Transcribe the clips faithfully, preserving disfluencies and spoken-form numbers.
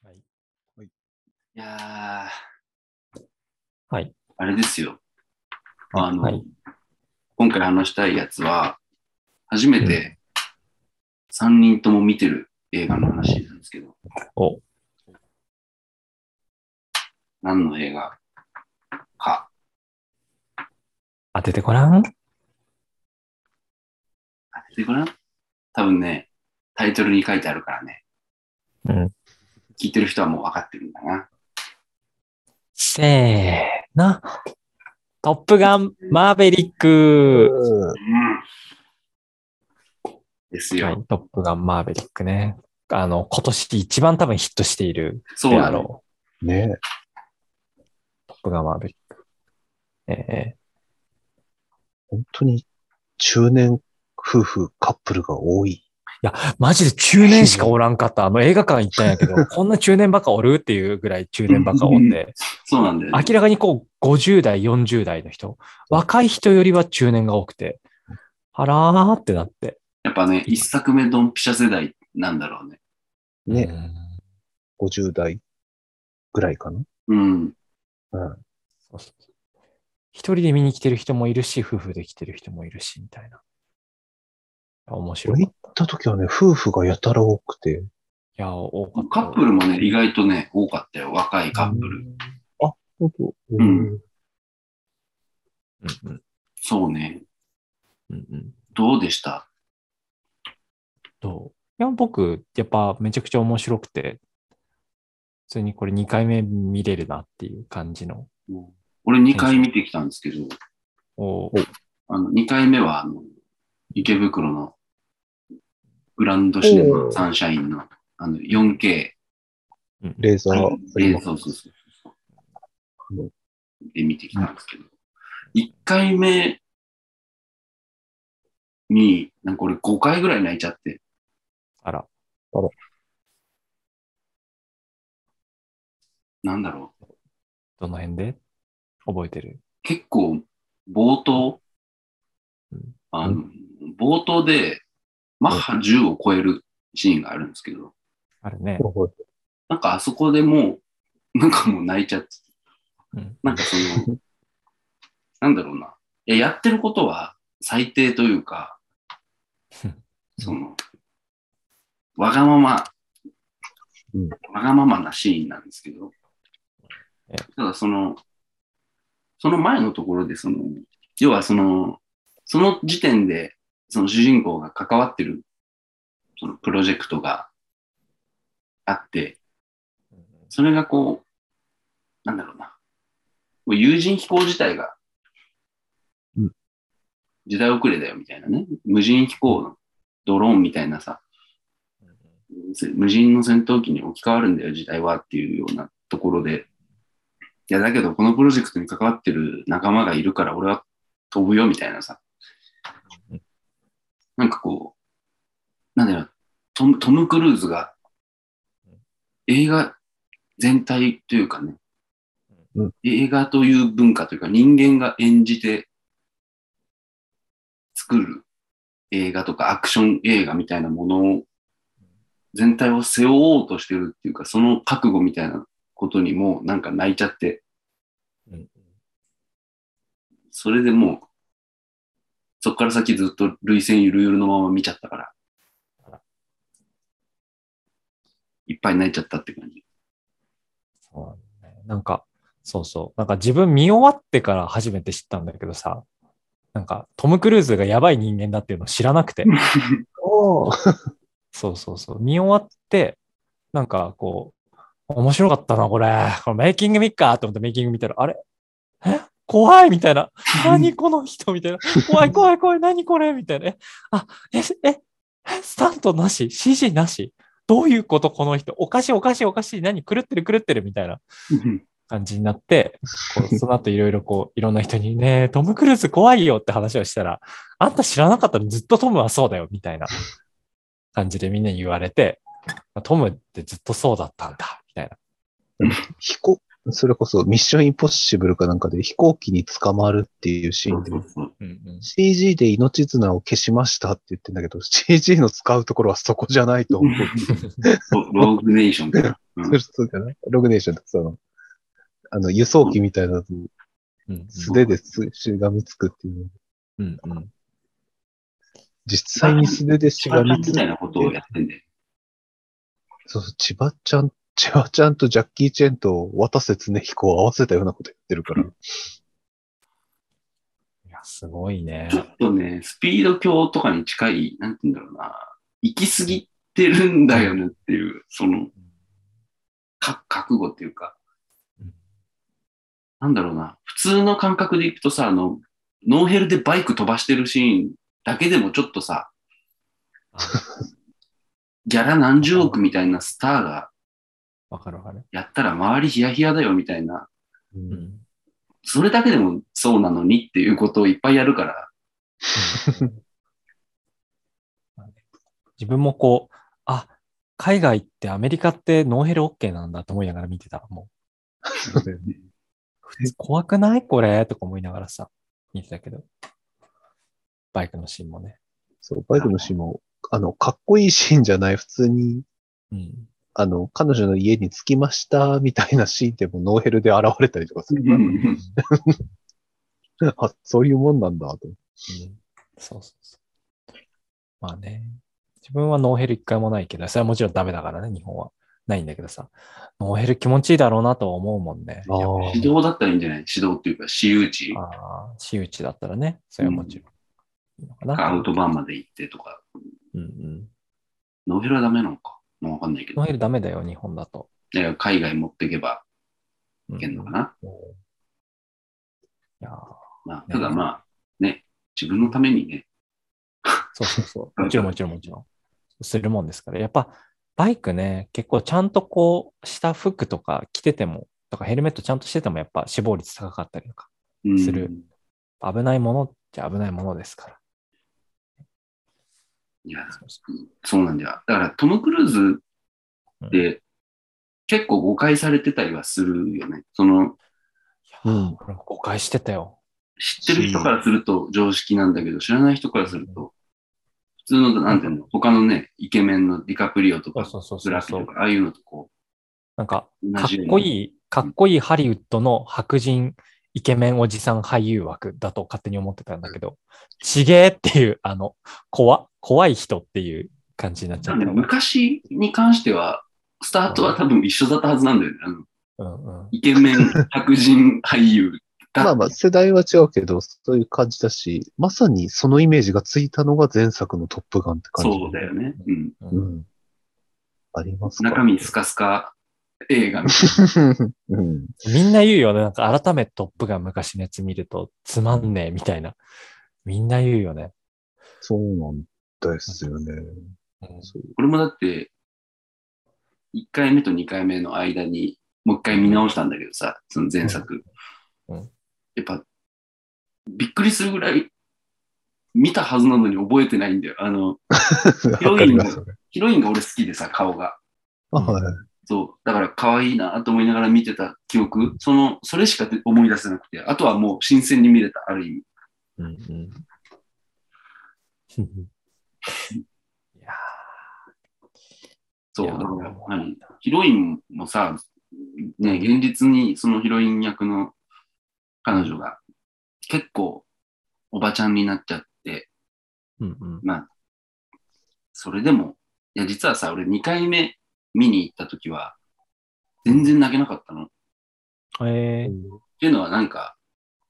はい。 はい、いやー、 はい。 あれですよ。あの、 はい。 今回話したいやつは、初めうん。 てさんにんとも見てる映画の話なんですけど、 お、 何の映画か当ててごらん。 当ててごらん。多分ね、タイトルに書いてあるからね、 うん。 聞いてる人はもう分かってるんだな。 せーの。トップガンマーヴェリッうク。 ん。ですはい。 よ。 トップガンマーヴェリックね。あの、今年一番多分ヒットしているそうだね。 であろう。ね。トップガンマーヴェリック。え本当に中年夫婦カップルが多い。 ー、いや、マジで中年しかおらんかった。あの映画館行ったんやけど、こんな中年バカおるっていうぐらい中年バカおって、 そうなんだよね。 明らかにこうごじゅう代、よんじゅう代の人、若い人よりは中年が多くて、あらーってなって。 やっぱね、一作目ドンピシャ世代なんだろうね。 ね、 うん、 ごじゅう代ぐらいかな。 うん。 うん。 そうそうそう、一人で見に来てる人もいるし、夫婦で来てる人もいるし、みたいな。面白俺行っかった。 た時はね、夫婦がやたら多くて。 いや、多かった。 カップルもね、意外とね、多かったよ。若いカップル。 あ、ほんと。 うん。 うんうん。 そうね。 うんうん。 どうでした？ どういや、僕、やっぱめちゃくちゃ面白くて、普通にこれにかいめ見れるなっていう感じのうん、俺2 テンション。 回見てきたんですけど、 おあのにかいめはあの池袋のグランドシネマサンシャインのあの よんケうん、 レーザーー、 あります。 そうそうそうそうあので見てきたんですけど、いっかいめになんか俺ごかいぐらい泣いちゃって、 あら。 あら。 なんだろう。 どの辺で覚えてる？ 結構冒頭、 うん。 あの、冒頭でマッハじゅうを超えるシーンがあるんですけど、 あるね。 なんかあそこでもう、なんかもう泣いちゃって、 うん。 なんかその、なんだろうな。いや、やってることは最低というか、その、わがまま、 うん、 わがままなシーンなんですけど、ただその、その前のところで、その、要はその、その時点で、その主人公が関わってる、そのプロジェクトがあって、それがこう、なんだろうな、もう有人飛行自体が時代遅れだよみたいなね、無人飛行のドローンみたいなさ、無人の戦闘機に置き換わるんだよ、時代はっていうようなところで、いや、だけどこのプロジェクトに関わってる仲間がいるから俺は飛ぶよみたいなさ、なんかこう、なんだよ、トム、トム・クルーズが映画全体というかね、 うん、 映画という文化というか人間が演じて作る映画とかアクション映画みたいなものを全体を背負おうとしてるっていうか、その覚悟みたいなことにもなんか泣いちゃって、それでもうそっから先ずっと涙腺ゆるゆるのまま見ちゃったから、いっぱい泣いちゃったって感じ。 そうね。なんか、そうそう。なんか自分見終わってから初めて知ったんだけどさ、なんかトム・クルーズがやばい人間だっていうのを知らなくて。 おそうそうそう。見終わって、なんかこう、面白かったな、これ。これメイキング見っかと思ってメイキング見たら、あれえ怖いみたいな。何この人みたいな。怖い怖い怖い。何これみたいな。え、あ、え、え、えスタントなし ?シージー なしどういうことこの人。おかしいおかしいおかしい。何狂ってる狂ってるみたいな感じになって、こうその後いろいろこう、いろんな人にね、トム・クルーズ怖いよって話をしたら、あんた知らなかったのずっとトムはそうだよみたいな感じでみんなに言われて、トムってずっとそうだったんだ、みたいな。 飛行、それこそミッションインポッシブルかなんかで飛行機に捕まるっていうシーンで、シージー で命綱を消しましたって言ってんだけど、シージー の使うところはそこじゃないと思う。 ローグネーションかな。 それそうかな。ログネーションとかその、あの、輸送機みたいなのとうん素手でしがみつくっていう。 うんうん。 実際に素手でしがみつく。 みたいなことをやってんで。 そうそう、千葉ちゃん、千葉ちゃんとジャッキー・チェンと渡瀬恒彦を合わせたようなこと言ってるから。 いや、すごいね。 ちょっとね、スピード強とかに近い、なんて言うんだろうな、行き過ぎてるんだよねっていう、その、か、覚悟っていうか、なんだろうな、普通の感覚でいくとさ、あの、ノーヘルでバイク飛ばしてるシーンだけでもちょっとさ、ギャラ何十億みたいなスターがわかるわかる。 やったら周りヒヤヒヤだよみたいな、 ううんん。 それだけでもそうなのにっていうことをいっぱいやるから。 自分もこう、あ、海外ってアメリカってノーヘル OK なんだと思いながら見てた。もそうだよね。 う、怖くないこれとか思いながらさ、見てたけど。バイクのシーンもね。 そう、バイクのシーンも、あの、かっこいいシーンじゃない、普通に、 うん。 あの、彼女の家に着きました、みたいなシーンでもノーヘルで現れたりとかするから、あ、そういうもんなんだ、と。 うん、そうそうそう。まあね。自分はノーヘル一回もないけど、それはもちろんダメだからね、日本は。ないんだけどさ。ノーヘル気持ちいいだろうなとは思うもんね。 ああ。 指導だったらいいんじゃない指導っていうか、私有地。 ああ、私有地だったらね。それはもちろん。いいのかな。 アウトバーンまで行ってとか。 うんうん。 ノーヘルはダメなのかもうわかんないけど。 ノーヘルダメだよ、日本だと。 で海外持っていけばうんいけんのかな。 うん、いやまあ、 ねただまあ、ね、自分のためにね。 そうそうそう。もちろんもちろんもちろん。するもんですから。やっぱ、バイクね、結構ちゃんとこう、した服とか着てても、とかヘルメットちゃんとしてても、やっぱ死亡率高かったりとかうんする。危ないものっちゃ危ないものですから。 いや、 そうそうそうなんだよ。だからトム・クルーズって結構誤解されてたりはするよね。その、 いやー、俺も誤解してたよ。 知ってる人からすると常識なんだけど、知らない人からすると、普通の、なんていうの、他のね、イケメンのディカプリオとか、 そうそうブそうそう。 ラピとか、ああいうのとこなんか、 う、 かっ同じようにこいい、かっこいいハリウッドの白人イケメンおじさん俳優枠だと勝手に思ってたんだけど、ちげーっていう、あの、怖、怖い人っていう感じになっちゃったのが。 昔に関しては、スタートは多分一緒だったはずなんだよね。あのうんうん、 イケメン白人俳優だ。 まあまあ、世代は違うけど、そういう感じだし、まさにそのイメージがついたのが前作のトップガンって感じ。 そうだよね。うん。 うん。ありますか。 中身スカスカ映画みたいな。うん。 みんな言うよね。なんか改めてトップガン昔のやつ見るとつまんねえみたいな。みんな言うよね。 そうなんですよね。 うん、 これもだって、いっかいめとにかいめの間にもう一回見直したんだけどさ、その前作。 うんうん、 やっぱ、びっくりするぐらい見たはずなのに覚えてないんだよ。あの、ヒロインが、ヒロインが俺好きでさ、顔が。 あ、はい。 そう。だから可愛いなと思いながら見てた記憶、その、それしか思い出せなくて、あとはもう新鮮に見れた、ある意味。 うんうんいやそう。 いやだから何、ヒロインもさ、ね、現実にそのヒロイン役の彼女が結構おばちゃんになっちゃって、 うんうん、 まあ、それでも、いや、実はさ、俺にかいめ見に行った時は、全然泣けなかったの。 えー、 っていうのはなんか、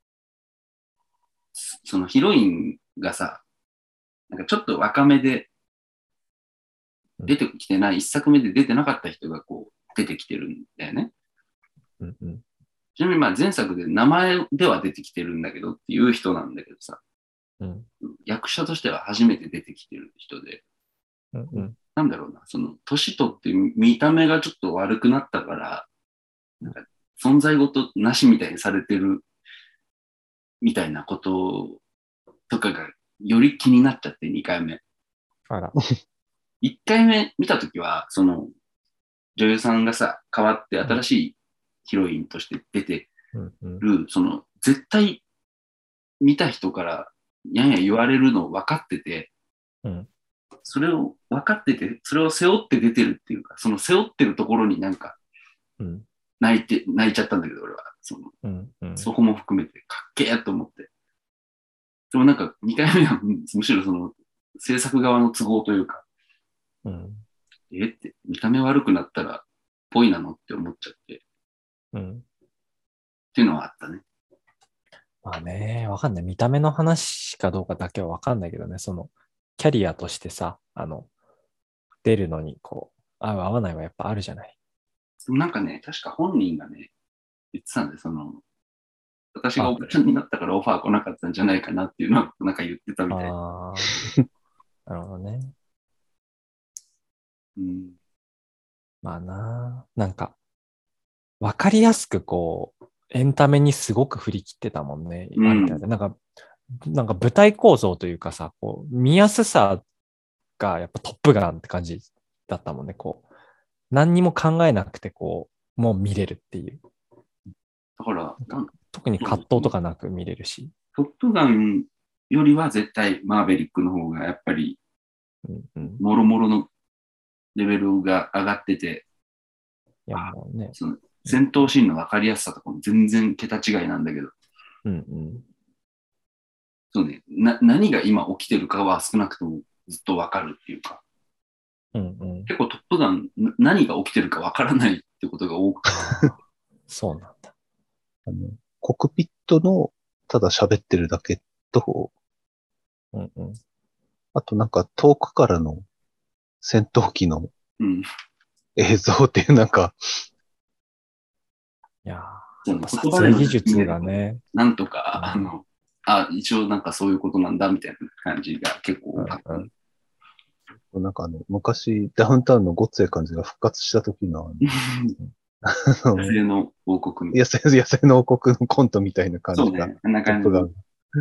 そのヒロインがさ、なんかちょっと若めで出てきてない、一作目で出てなかった人がこう出てきてるんだよね。 うんうん、 ちなみにまあ前作で名前では出てきてるんだけどっていう人なんだけどさ、 うん、 役者としては初めて出てきてる人で、 うんうん、 なんだろうな、その年取って見た目がちょっと悪くなったから、なんか存在ごとなしみたいにされてるみたいなこととかがより気になっちゃってにかいめ。 あら。 いっかいめ見たときは、その女優さんがさ、変わって新しいヒロインとして出てる、うんうん、その絶対見た人からやんや言われるの分かってて、 うん、 それを分かってて、それを背負って出てるっていうか、その背負ってるところになんかうん。 泣いて、泣いちゃったんだけど、俺は。その、 うん。うん。 そこも含めて、かっけえと思って。でもなんか、にかいめは、むしろその、制作側の都合というか、 うん。 えって、見た目悪くなったら、ぽいなのって思っちゃって、っうん。 ていうのはあったね。 まあね、わかんない。見た目の話かどうかだけはわかんないけどね、その、キャリアとしてさ、あの、出るのに、こう、合う合わないはやっぱあるじゃない。 でもなんかね、確か本人がね、言ってたんで、その、私があ、 おばちゃんになったからオファー来なかったんじゃないかなっていうのは、なんか言ってたみたい。 ああ、なるほどね。 うん。 まあな、なんか、わかりやすくこう、エンタメにすごく振り切ってたもんね。 うんあれだよね。なんか、なんか舞台構造というかさ、こう、見やすさがやっぱトップガンって感じだったもんね。こう、何にも考えなくてこう、もう見れるっていう。 だから、なん特に葛藤とかなく見れるし。 トップガンよりは絶対マーベリックの方がやっぱり、 うんうん。 もろもろのレベルが上がってて、 いやもうね。 その戦闘シーンの分かりやすさとかも全然桁違いなんだけど、 うんうん。 そうね、な何が今起きてるかは少なくともずっと分かるっていうか、 うんうん。 結構トップガンな何が起きてるか分からないってことが多くて、 そうなんだ。 あの、コクピットのただ喋ってるだけと、 うんうん。 あとなんか遠くからの戦闘機のうん、 映像っていうなんか、 いやー、 そのやっぱ撮言葉での影技術説明でがね。 なんとか、 うんあの、あ、一応なんかそういうことなんだみたいな感じが結構多かったね。 なんかあの、昔ダウンタウンのごっつええ感じが復活した時の、あの、 野生の王国の。 野生、野生の王国のコントみたいな感じが、 そうね、あんな感じトップガン。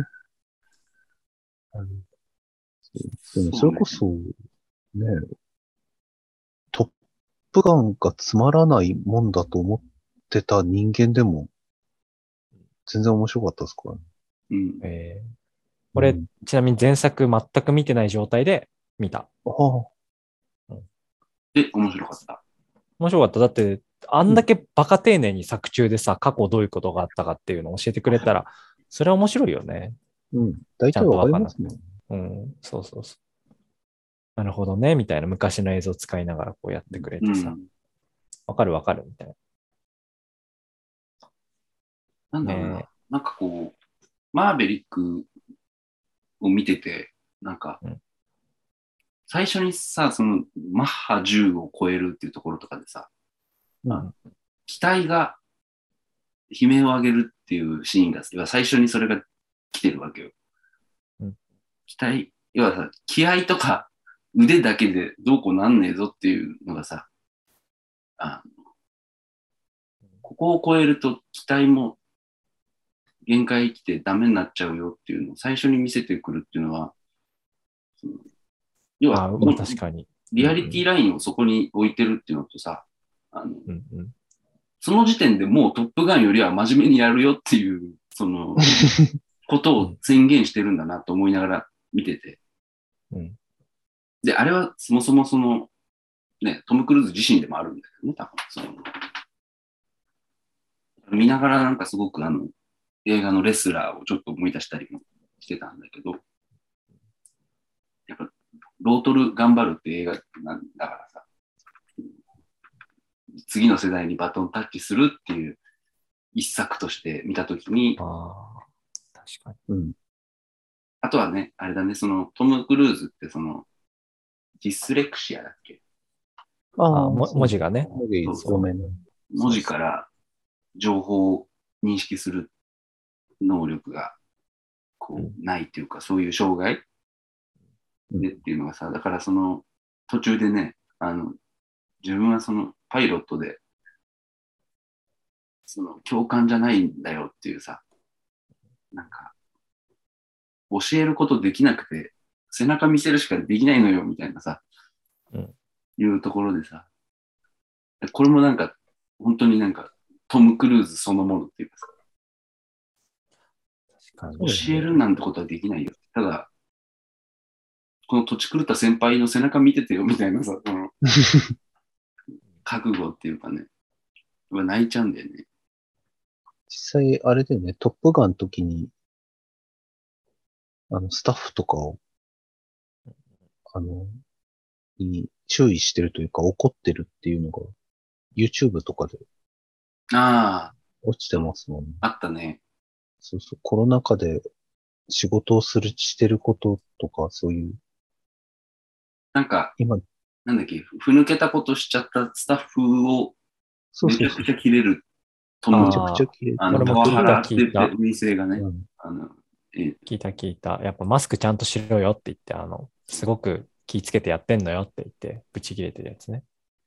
あのでもそれこそ、ね、トップガンがつまらないもんだと思ってた人間でも、全然面白かったですからね。 うん。 えー、これ、 うんちなみに前作全く見てない状態で見た。 ああ、 で、面白かった。 面白かった。だって、あんだけバカ丁寧に作中でさ、過去どういうことがあったかっていうのを教えてくれたら、それは面白いよね。 うん。大ちゃんと体わかわかんなくて。 りますもん。 うん、そうそうそう。なるほどね、みたいな昔の映像を使いながらこうやってくれてさ、 うん。 わかるわかるみたいなんだろうな。 ねなんかこう、マーベリックを見てて、なんかうん、 最初にさ、そのマッハじゅうを超えるっていうところとかでさ、 うんあ機体が悲鳴を上げるっていうシーンが、要は最初にそれが来てるわけよ。 うん機体、要はさ、気合とか腕だけでどうこうなんねえぞっていうのがさ、あここを超えると機体も限界来てダメになっちゃうよっていうのを最初に見せてくるっていうのは、その要はあ、まあ確かに。 リアリティラインをそこに置いてるっていうのとさ、あのうんうんその時点でもうトップガンよりは真面目にやるよっていう、その、ことを宣言してるんだなと思いながら見てて。 うんで、あれはそもそもその、ね、トム・クルーズ自身でもあるんだけどね、多分。その見ながらなんかすごくあの、映画のレスラーをちょっと思い出したりもしてたんだけど、やっぱ、ロートル頑張るって映画なんだからさ、次の世代にバトンタッチするっていう一作として見たときに、 ああ、確かに。 うん。 あとはね、あれだね、そのトム・クルーズってその、ディスレクシアだっけああも文字がね。 文字そうそうごめん。 文字から情報を認識する能力がこう、 うんないっていうか、そういう障害うんでっていうのがさ、だからその途中でね、あの自分はそのパイロットで、その教官じゃないんだよっていうさ、なんか、教えることできなくて、背中見せるしかできないのよみたいなさ、 うん、 いうところでさ、これもなんか、本当になんか、トム・クルーズそのものっていうかさ、 確かに。 教えるなんてことはできないよ。ただ、この土地狂った先輩の背中見ててよみたいなさ、この覚悟っていうかね、 ぱ泣いちゃうんだよね。 実際、あれだよね、トップガンの時に、あの、スタッフとかを、あの、に注意してるというか怒ってるっていうのが、YouTube とかであ落ちてますもんね。 あ、あったね。 そうそう、コロナ禍で仕事をする、してることとか、そういう、 なんか、 今、 なんだっけ、ふぬけたことしちゃったスタッフをそうそうそう、 めちゃくちゃ切れるトム、 めちゃくちゃああ、 綺麗。 あの、 俺パワハも聞いたラって聞いた。 店性がね、 うん。 あの、え聞いた聞いた。やっぱマスクちゃんとしろよって言って、あの、すごく気ぃつけてやってんのよって言って、ブチ切れてるやつね。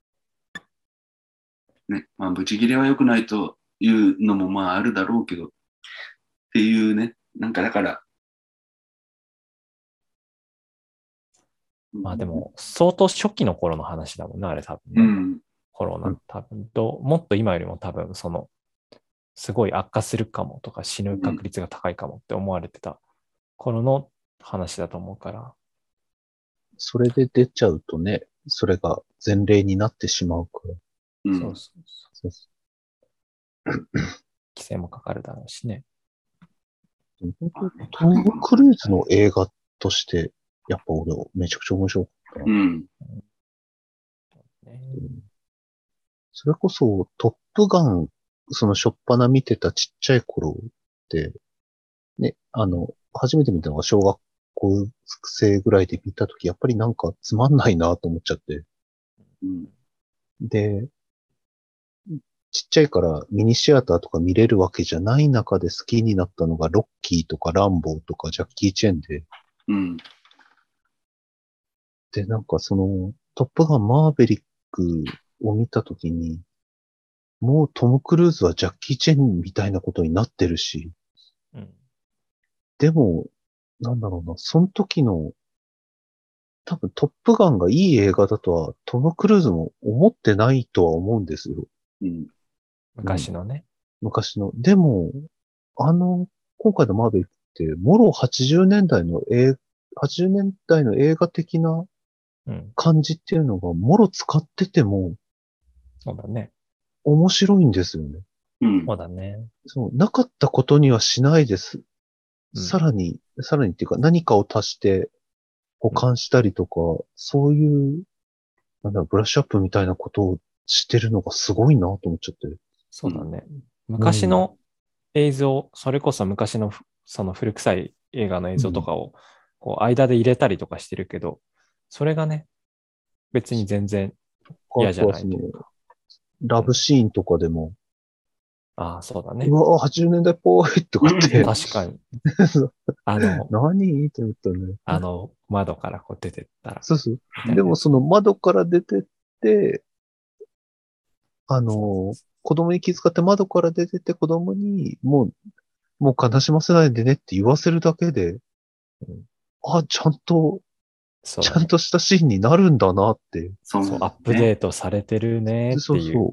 ね、まあ、ブチ切れは良くないというのもまああるだろうけど、っていうね、なんかだから、 まあでも、相当初期の頃の話だもんね、あれ多分ね。 うん、 コロナうん、 多分と、もっと今よりも多分その、すごい悪化するかもとか死ぬ確率が高いかもって思われてた頃の話だと思うから。 それで出ちゃうとね、それが前例になってしまうから。 うん、 そうそうそう。 そうそ規制もかかるだろうしね。 う。でも本当トム・クルーズの映画として、やっぱ俺めちゃくちゃ面白かったな。 うん、 ねそれこそ、トップガン、その初っ端見てたちっちゃい頃って、ね、あの、初めて見たのが小学校生ぐらいで見たとき、やっぱりなんかつまんないなと思っちゃって。 うん、 で、ちっちゃいからミニシアターとか見れるわけじゃない中で好きになったのがロッキーとかランボーとかジャッキー・チェンで、 うん、 で、なんかそのトップガンマーベリックを見たときに、もうトム・クルーズはジャッキー・チェンみたいなことになってるし、 うん。 でも、なんだろうな、その時の多分トップガンがいい映画だとはトム・クルーズも思ってないとは思うんですよ。 うん、 昔のね。 昔の。でも、あの、今回のマーベリックって、もろはちじゅうねんだいの映、はちじゅうねんだいの映画的なうん。 感じっていうのが、もろ使っててもそうだね。 面白いんですよね。 うんそうだね。 そう、なかったことにはしないです。 うんさらに、さらにっていうか何かを足して保管したりとか、そういう、なんだろう、ブラッシュアップみたいなことをしてるのがすごいなと思っちゃって。 そうだね。 うん昔の映像、それこそ昔のふその古臭い映画の映像とかを、こう、間で入れたりとかしてるけど、それがね、別に全然あ嫌じゃとはその、 ないというか。 ラブシーンとかでも、 ああ、そうだね。 うわ、はちじゅうねんだいっぽいとかって、 確かに。あの、 何って思ったね。 あの、窓からこう出てったら、 そうそう。 みたいなやつ。 でもその窓から出てって、あの、子供に気遣って窓から出てって子供に、もう、もう悲しませないでねって言わせるだけで、 うんあ、ちゃんと、 そうだね。 ちゃんとしたシーンになるんだなって。 そう、 そうね。 アップデートされてるねっそうていう。 そう。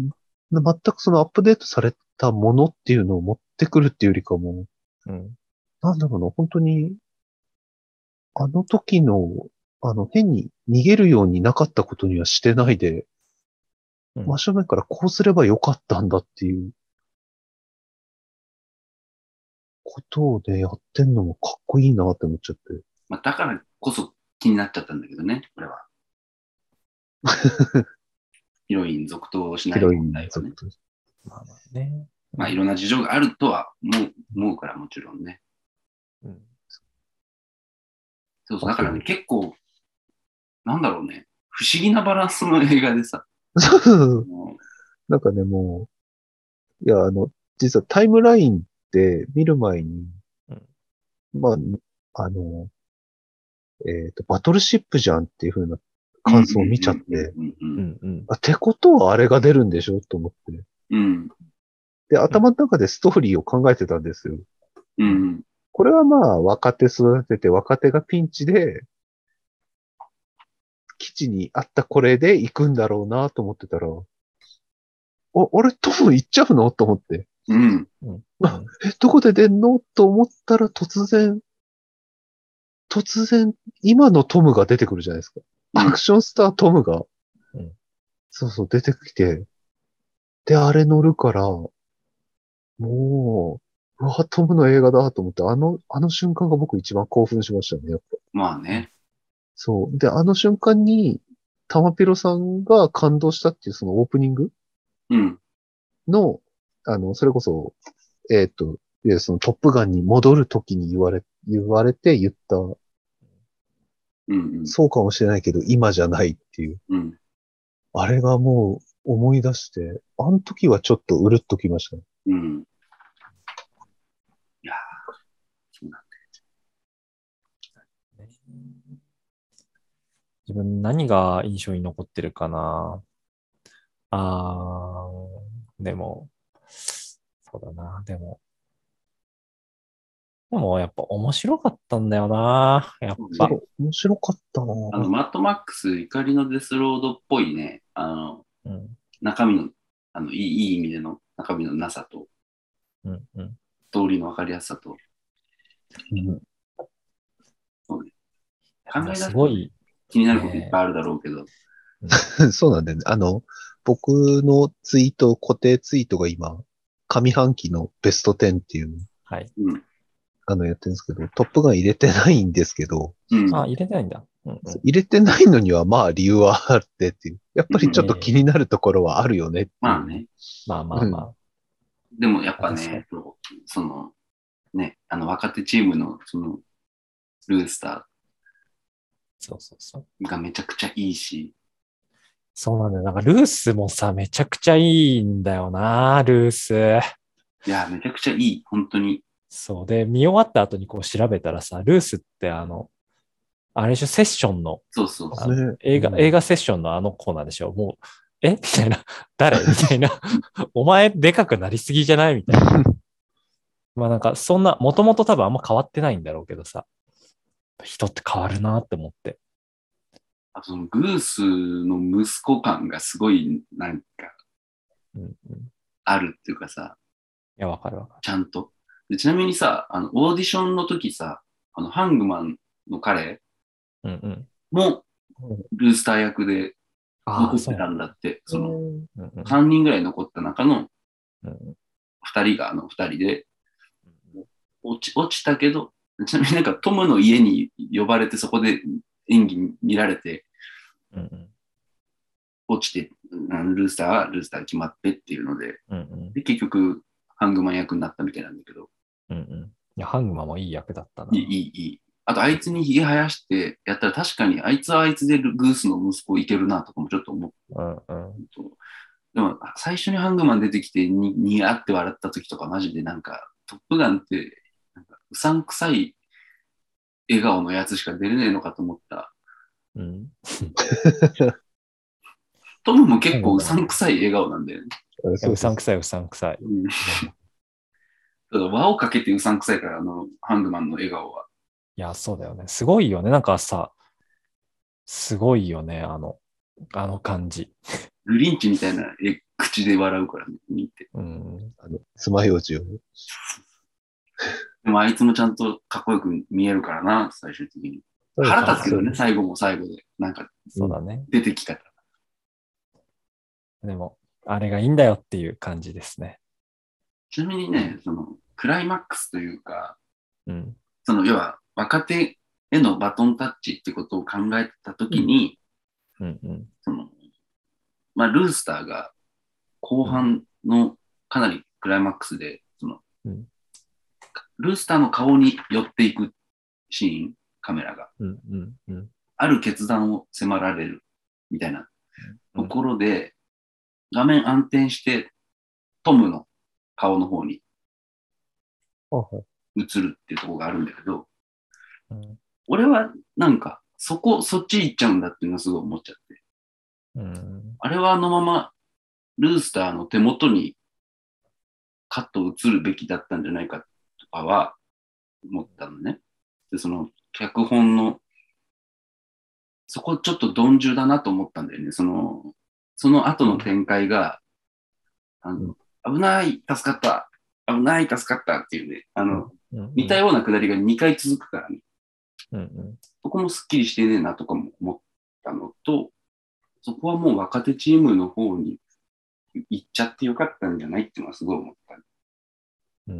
全くそのアップデートされたものっていうのを持ってくるっていうよりかも、 うん。 なんだろうな、本当に、あの時の、あの、変に逃げるようになかったことにはしてないで、 うん真正面からこうすればよかったんだっていうことをね、やってんのもかっこいいなって思っちゃって。 まあ、だからこそ気になっちゃったんだけどね、これは。ヒロイン続投しないヒロイン問題はね。 ずっと。 まあまあね。 まあ、いろんな事情があるとは思う思うから、もちろんね。 うん。 そうそう。だからね、結構、なんだろうね、不思議なバランスの映画でさ、もなんかね、もう、いや、あの、実はタイムラインで見る前に、 うんまあ、あの、えっと、バトルシップじゃんっていう風なう感想を見ちゃっうんて、 うんううんんうん。 あ、てことはあれが出るんでしょと思って。 うんで、頭の中でストーリーを考えてたんですよ。 うんうんこれはまあ、若手育てて、若手がピンチで、基地にあったこれで行くんだろうなと思ってたら、お、俺トム行っちゃうのと思って。 うんうんあえ、どこで出んのと思ったら突然、突然、今のトムが出てくるじゃないですか。 うんアクションスタートムが、 うんそうそう出てきて、 で、あれ乗るから、もう、うわ、トムの映画だと思って、あの、あの瞬間が僕一番興奮しましたね、やっぱ。 まあね。 そう。で、あの瞬間に、タマピロさんが感動したっていうそのオープニングうん。 の、あの、それこそ、えっと、いや、そのトップガンに戻るときに言われ、言われて言った、 うん。 そうかもしれないけど、今じゃないっていう。 うん。 あれがもう思い出して、あの時はちょっとうるっときましたね。 うん。いやー、そうなん自分何が印象に残ってるかな。あー、でも、そうだな。でも、でもやっぱ面白かったんだよな。やっぱ。 そうね。 そう、面白かったなあの、 ぁ。 マッドマックス怒りのデスロードっぽいね、あの、 うん、 中身の、あの、いい、いい意味での中身のなさと、 うん、うん。 ストーリーのわかりやすさと、 うん、 そうね、考もうえ出すとね、 すごい、 気になることいっね。 ぱいあるだろうけど、 うん、 そうなんだよね。あの、僕のツイート、固定ツイートが今、上半期のベストテンっていうの、 はい。 うん。 あの、やってるんですけど、トップガン入れてないんですけど、 うん。 あ、入れてないんだ。うん、うん。 入れてないのにはまあ理由はあってっていう。やっぱりちょっと気ええ、 になるところはあるよねっていう。 まあね。 まあまあうん。 までもやっあ。確かに。 ぱね、その、ね、あの若手チームの、その、ルースタそうそうそう。 ーがめちゃくちゃいいし、 そうなんだよ。なんかルースもさ、めちゃくちゃいいんだよな、ルース。 いや、めちゃくちゃいい、本当に。 そう。で、見終わった後にこう調べたらさ、ルースってあの、あれでしょ、セッションの、 そうそうそあのね。 映画、 うん。 映画セッションのあのコーナーでしょ。もう、えみたいな。誰みたいな。お前でかくなりすぎじゃないみたいな。まあなんか、そんな、もともと多分あんま変わってないんだろうけどさ、人って変わるなって思って。 あそのグースの息子感がすごいなんかうんうん、いあるっていうかさ、 や、わかるわかちゃんと。でちなみにさ、あのオーディションの時さ、あのハングマンの彼る。うんうん。 もルースター役でああ、 残ってたそうなんだ。 んだって、そのうんうんうんさんにんぐらい残った中のうんふたりがあのふたりで落ち落ちたけど、ちなみになんかトムの家に呼ばれてそこで演技見られて、 うんうん落ちて、ルースターはルースター決まってっていうので、 うんうんで結局ハングマン役になったみたいなんだけど、 うんうん。いや、ハングマもいい役だったいい、いな。 い、いい。あと、あいつにひげ生やしてやったら確かにあいつはあいつでグースの息子いけるなとかもちょっと思ううんうんと。でも、最初にハングマン出てきてに、にやって笑った時とかマジでなんか、トップガンってなんかうさんくさい笑顔のやつしか出れねえのかと思った。 うん。 トムも結構うハングマン。 さんくさい笑顔なんだよね。 いや、 そうそうそうさんくさい、うさんくさい。 うん、ただ輪をかけてうさんくさいから、あの、ハングマンの笑顔は。 いや、そうだよね。すごいよね。なんかさ、すごいよね。あの、あの感じ。 グリンチみたいなえ口で笑うからね、見て。 うん。 う。あの、爪楊枝を。 でもあいつもちゃんとかっこよく見えるからな、最終的に。 そう腹立つけどね、 そう。 最後も最後で。なんかそうだね。 出てきたから。 でも、あれがいいんだよっていう感じですね。 ちなみにね、その、クライマックスというか、 うん。 その、要は、若手へのバトンタッチってことを考えたときに、 うんうん。 その、まあ、ルースターが後うん半のかなりクライマックスで、その、 うんルースターの顔に寄っていくシーン、カメラが。 うんうんうんある決断を迫られるみたいなとうんころで、画面暗転して、トムの顔の方にあはい映るっていうところがあるんだけど、 うん俺はなんか、そこ、そっち行っちゃうんだっていうのをすごい思っちゃって。 うんあれはあのままルースターの手元にカット映るべきだったんじゃないかとかは思ったのね。で、その脚本の、そこちょっと鈍重だなと思ったんだよね。その、その後の展開が、あの、危ない、助かった、危ない、助かったっていうね、あの、 うん似たようなくだりがにかい続くからね。 うんうんそこもすっきりしてねえなとかも思ったのと、そこはもう若手チームの方に行っちゃってよかったんじゃないっていうのはすごい思った。 うん。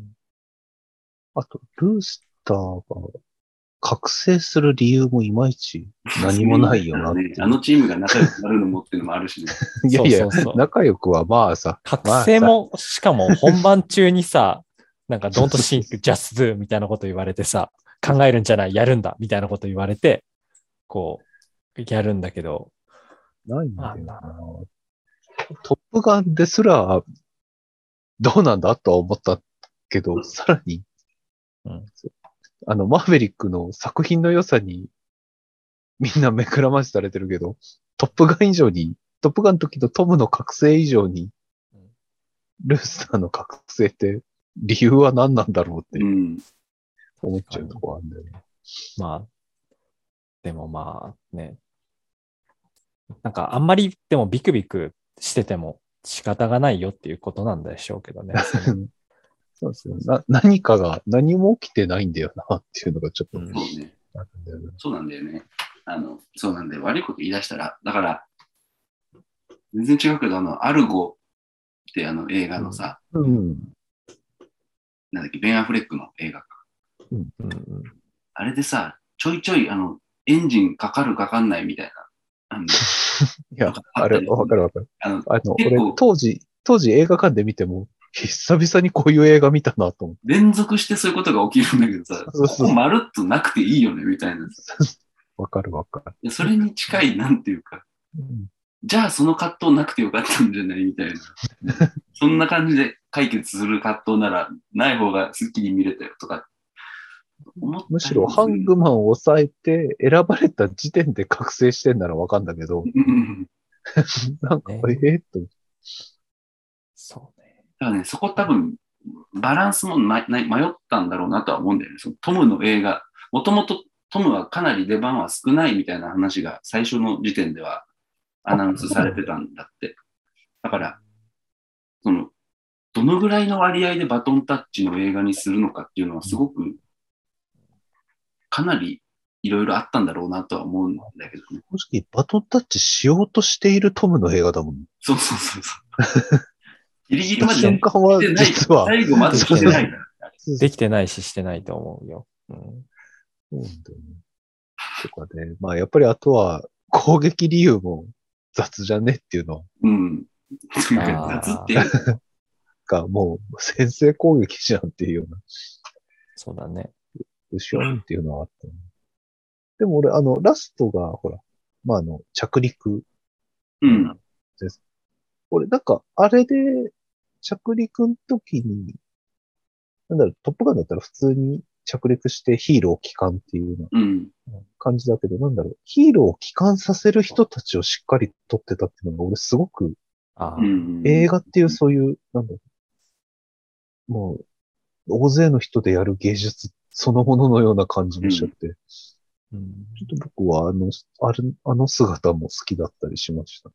あと、ルースターが覚醒する理由もいまいち何もないよなっていう。 ね、あのチームが仲良くなるのもっていうのもあるしね。 いやいや、 そうそうそう。 仲良くはまあさ、 覚醒まあも、しかも本番中にさ、なんか don't think, just do みたいなこと言われてさ、考えるんじゃない、やるんだみたいなこと言われて、こう、やるんだけど、 さ、ないんだまあよな。 まあ、 トップガンですら、どうなんだとは思ったけど、さらに、 うん、 あの、マーヴェリックの作品の良さにみんな目くらましされてるけど、トップガン以上に、トップガンの時のトムの覚醒以上に、ルースターの覚醒って理由は何なんだろうってうん。 思っちゃうとこあるんだよね。 まあ、でもまあね、なんかあんまりでもビクビクしてても仕方がないよっていうことなんでしょうけどね。 そうですよ。な、何かが、何も起きてないんだよなっていうのがちょっと、 うん、 そうね。 あるんだよね。 そうなんだよね。あの、そうなんだよ。悪いこと言い出したら、だから、全然違うけど、あの、アルゴってあの映画のさ、 うん。 なんだっけ、ベン・アフレックの映画か。 うんうん、 あれでさ、ちょいちょい、あの、エンジンかかるかかんないみたいな。あの、 いや、 ああれ、 ったりするわかるわかる。 あの、 あの、俺、 結構、 当時、当時映画館で見ても、久々にこういう映画見たなと思って。 連続してそういうことが起きるんだけどさ、 そうそうそうここまるっとなくていいよね、みたいな。 わかるわかる。 でそれに近い、なんていうか、 うんじゃあその葛藤なくてよかったんじゃないみたいな。そんな感じで解決する葛藤ならない方がスッキリ見れたよとか思ったむしろハングマンを抑えて選ばれた時点で覚醒してんならわかんだけど、なんか、 ね、 えー、っと。 そうね。 だからね、そこ多分バランスもないない迷ったんだろうなとは思うんだよね。そのトムの映画、もともとトムはかなり出番は少ないみたいな話が最初の時点ではアナウンスされてたんだって。だから、その、どのぐらいの割合でバトンタッチの映画にするのかっていうのはすごく、かなりいろいろあったんだろうなとは思うんだけどね。 正直、バトンタッチしようとしているトムの映画だもん。 そうそうそうそう。ギリギリまで瞬間はしてない実は最後までしてないから。 できてないししてないと思うよ。うん、 そうなんだよね。とかね。まあやっぱりあとは攻撃理由も雑じゃねっていうのうん。夏っていうがもう先制攻撃じゃんっていうような。 そうだね。 うしょんっていうのはあった、ね。でも俺あのラストがほら、まああの着陸。 うん。 です。俺なんかあれで着陸の時に、なんだろう、トップガンだったら普通に着陸してヒーロー帰還っていうような感じだけど、うん、なんだろう、ヒーローを帰還させる人たちをしっかり撮ってたっていうのが俺すごく、 あ映画っていうそういう、なんだろう、もう、大勢の人でやる芸術そのもののような感じもしちゃって、うん、ちょっと僕はあの、あれ、あの姿も好きだったりしました。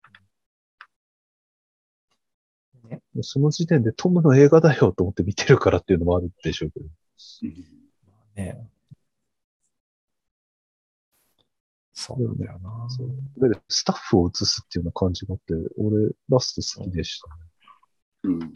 ね、その時点でトムの映画だよと思って見てるからっていうのもあるでしょうけど。 ね、そうなんだよな。 そう。で、スタッフを映すっていうような感じがあって、俺、ラスト好きでしたね。 うん。い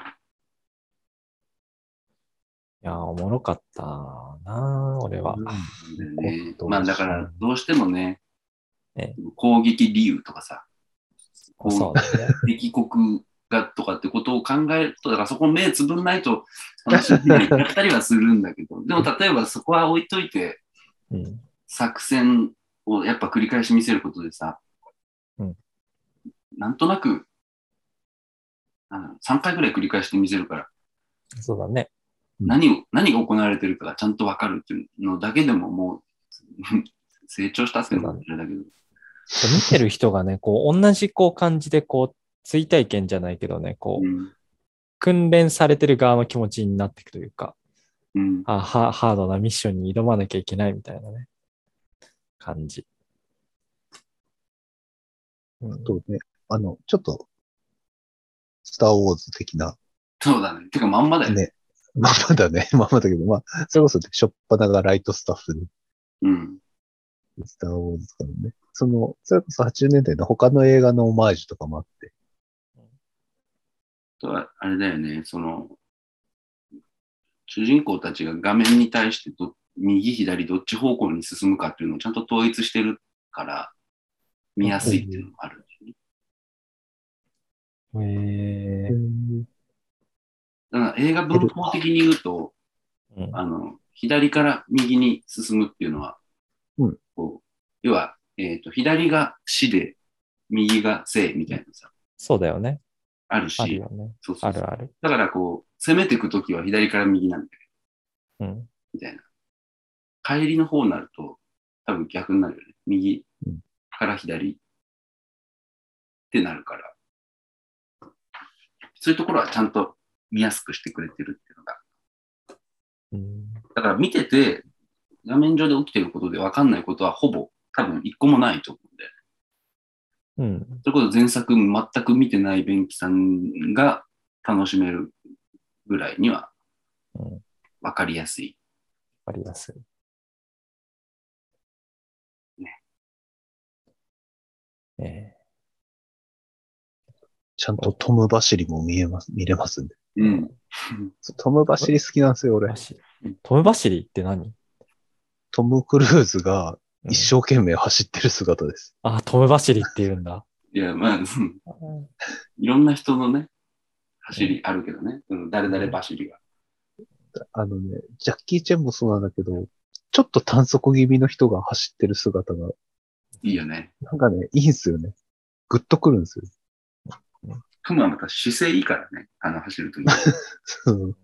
や、おもろかったな、俺は。 うんね、まあだから、どうしてもね、 ね攻撃理由とかさ、 そうだね。 敵国がとかってことを考えると、だからそこ目つぶんないと話になったりはするんだけど、でも例えばそこは置いといて、うん、作戦をやっぱ繰り返し見せることでさ、うん、なんとなくあのさんかいぐらい繰り返して見せるから、 そうだね。 何を、何が行われてるかがちゃんとわかるっていうのだけでももう成長したっていうのもあれだけど。 見てる人がね、こう、同じこう感じで、こう、追体験じゃないけどね、こう、うん、訓練されてる側の気持ちになっていくというか、うん、あハ、ハードなミッションに挑まなきゃいけないみたいなね、感じ。 あとね、あの、ちょっと、スターウォーズ的な。 そうだね。てかまんまだよね。 ね。まんまだね。まんまだけど、まあ、それこそ、ね、しょっぱながライトスタッフで。 うん。 スターウォーズとかのね。その、それこそはちじゅうねんだいの他の映画のオマージュとかもあって。 とは、あれだよね、その、主人公たちが画面に対してど右左どっち方向に進むかっていうのをちゃんと統一してるから見やすいっていうのもあるんですよね。 へえ。 だから映画文法的に言うと、 うん、 あの左から右に進むっていうのは、 うん、 こう要は、えーと、左が死で右が生みたいなさ、 そうだよね。 あるし、 あるよね。 そうそうそう。 あるある。 だからこう、攻めていくときは左から右なんだけど、 うん。 みたいな。帰りの方になると、多分逆になるよね。右から左ってなるから、そういうところはちゃんと見やすくしてくれてるっていうのが。 うん、 だから見てて、画面上で起きてることで分かんないことはほぼ多分一個もないと思うんで。 うん。 それこそ前作全く見てない弁慶さんが楽しめるぐらいには分かりやすい。 わかりやすい。 ね。 えちゃんとトム走りも見えます、見れますんで。 うん。 トム走り好きなんですよ、 ー、 俺。 走トム走りって何？ トム・クルーズがうん、 一生懸命走ってる姿です。 あ、トム走りって言うんだ。 いや、まあ、いろんな人のね、走りあるけどね。うん、誰々走りが。 あのね、ジャッキー・チェンもそうなんだけど、ちょっと短足気味の人が走ってる姿が、 いいよね。 なんかね、いいんすよね。グッとくるんですよ。 トムはまた姿勢いいからね。あの走るとき。 そう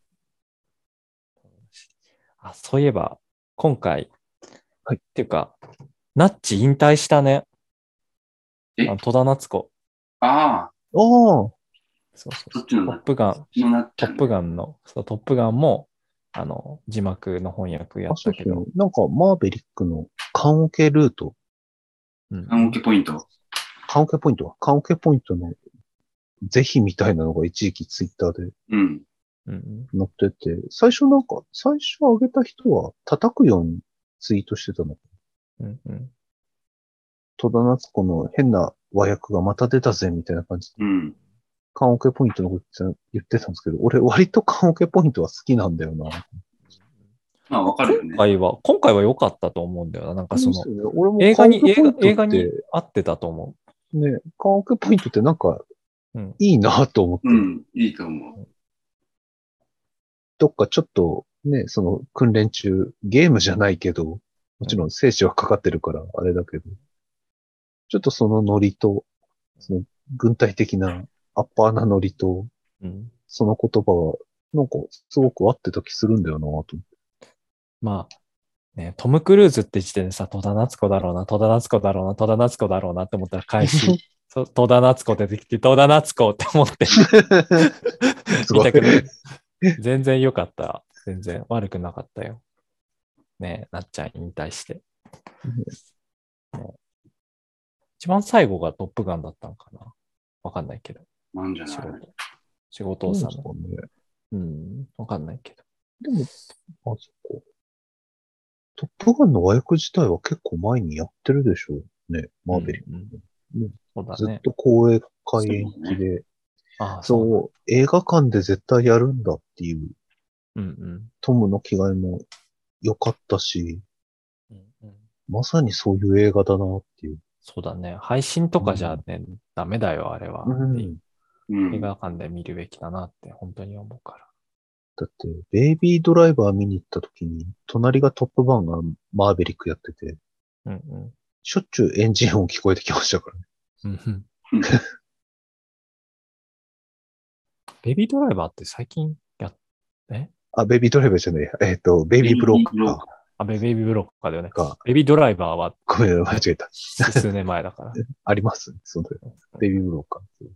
あ、そういえば、今回、 はい。 っていうか、ナッチ引退したね。 えあの戸田夏子。 ああ、 ああ、 そうそうそう。 そっちのな、 トップガン、 そっちのなっちトッゃんね。 プガンの、そう、トップガンも、あの、字幕の翻訳やあ、 ったけど。 そうですね。なんか、マーベリックの缶オケルート、 うん、 缶オケポイント。 缶オケポイントは、缶オケポイントの是非みたいなのが一時期ツイッターでうん。 うん、 載ってて、最初なんか、最初上げた人は叩くようにツイートしてたの。 うん、うん。 戸田夏子の変な和訳がまた出たぜみたいな感じで、 うん。 缶オケポイントのこと言ってたんですけど、俺割と缶オケポイントは好きなんだよな。 まあ、わかるよね。 今回は、今回は良かったと思うんだよな。なんかその、 そうですよね。俺も映画に、 缶オケ映画、 ポイントっ映画にて、 合ってたと思ね、缶オケポイントってなんかう。うん。 いいなと思って、 うん。いいと思う。 どっかちょっとね、その訓練中、ゲームじゃないけど、もちろん生死はかかってるからあれだけど、ちょっとそのノリと、その軍隊的なアッパーなノリと、 うん。 その言葉は、なんかすごく合ってた気するんだよなと思って。 まあ、ね、トム・クルーズって時点でさ、戸田夏子だろうな、戸田夏子だろうな、戸田夏子だろうなって思ったら開始、そう戸田夏子出てきて、戸田夏子って思ってすごい。 見たけど、全然良かった。全然悪くなかったよ。ねえ、なっちゃん引退して。ね、一番最後がトップガンだったのかな。わかんないけど。 なんじゃない仕事。仕事どうをさですかね。 うん、わかんないけど。 でも、あそこ。トップガンの和訳自体は結構前にやってるでしょうね、マーベリック。 うんうんねそうだね。 ずっと公営開延期そうで、 ああ、そうなんだ。 そう、映画館で絶対やるんだっていう、 うんうんトムの気概も良かったし、 うんうん。 まさにそういう映画だなっていう。 そうだね。配信とかじゃね、ダメだよ、あれは。でうん。 うん。 映画館で見るべきだなって本当に思うから。 だって、ベイビードライバー見に行った時に、隣がトップバンがマーベリックやってて、 うんうん。 しょっちゅうエンジン音聞こえてきましたからね。 うんうんうんベビードライバーって最近やっ、えあ、ベイビードライバーじゃねえや。えっと、ベイビーブローカーベイビーブローカあ、ベベイビーブロッカーだよね。 か。 ベビードライバーはごめん、間違えた。 数年前だから。 ありますそうだよ。ベイビーブローカー。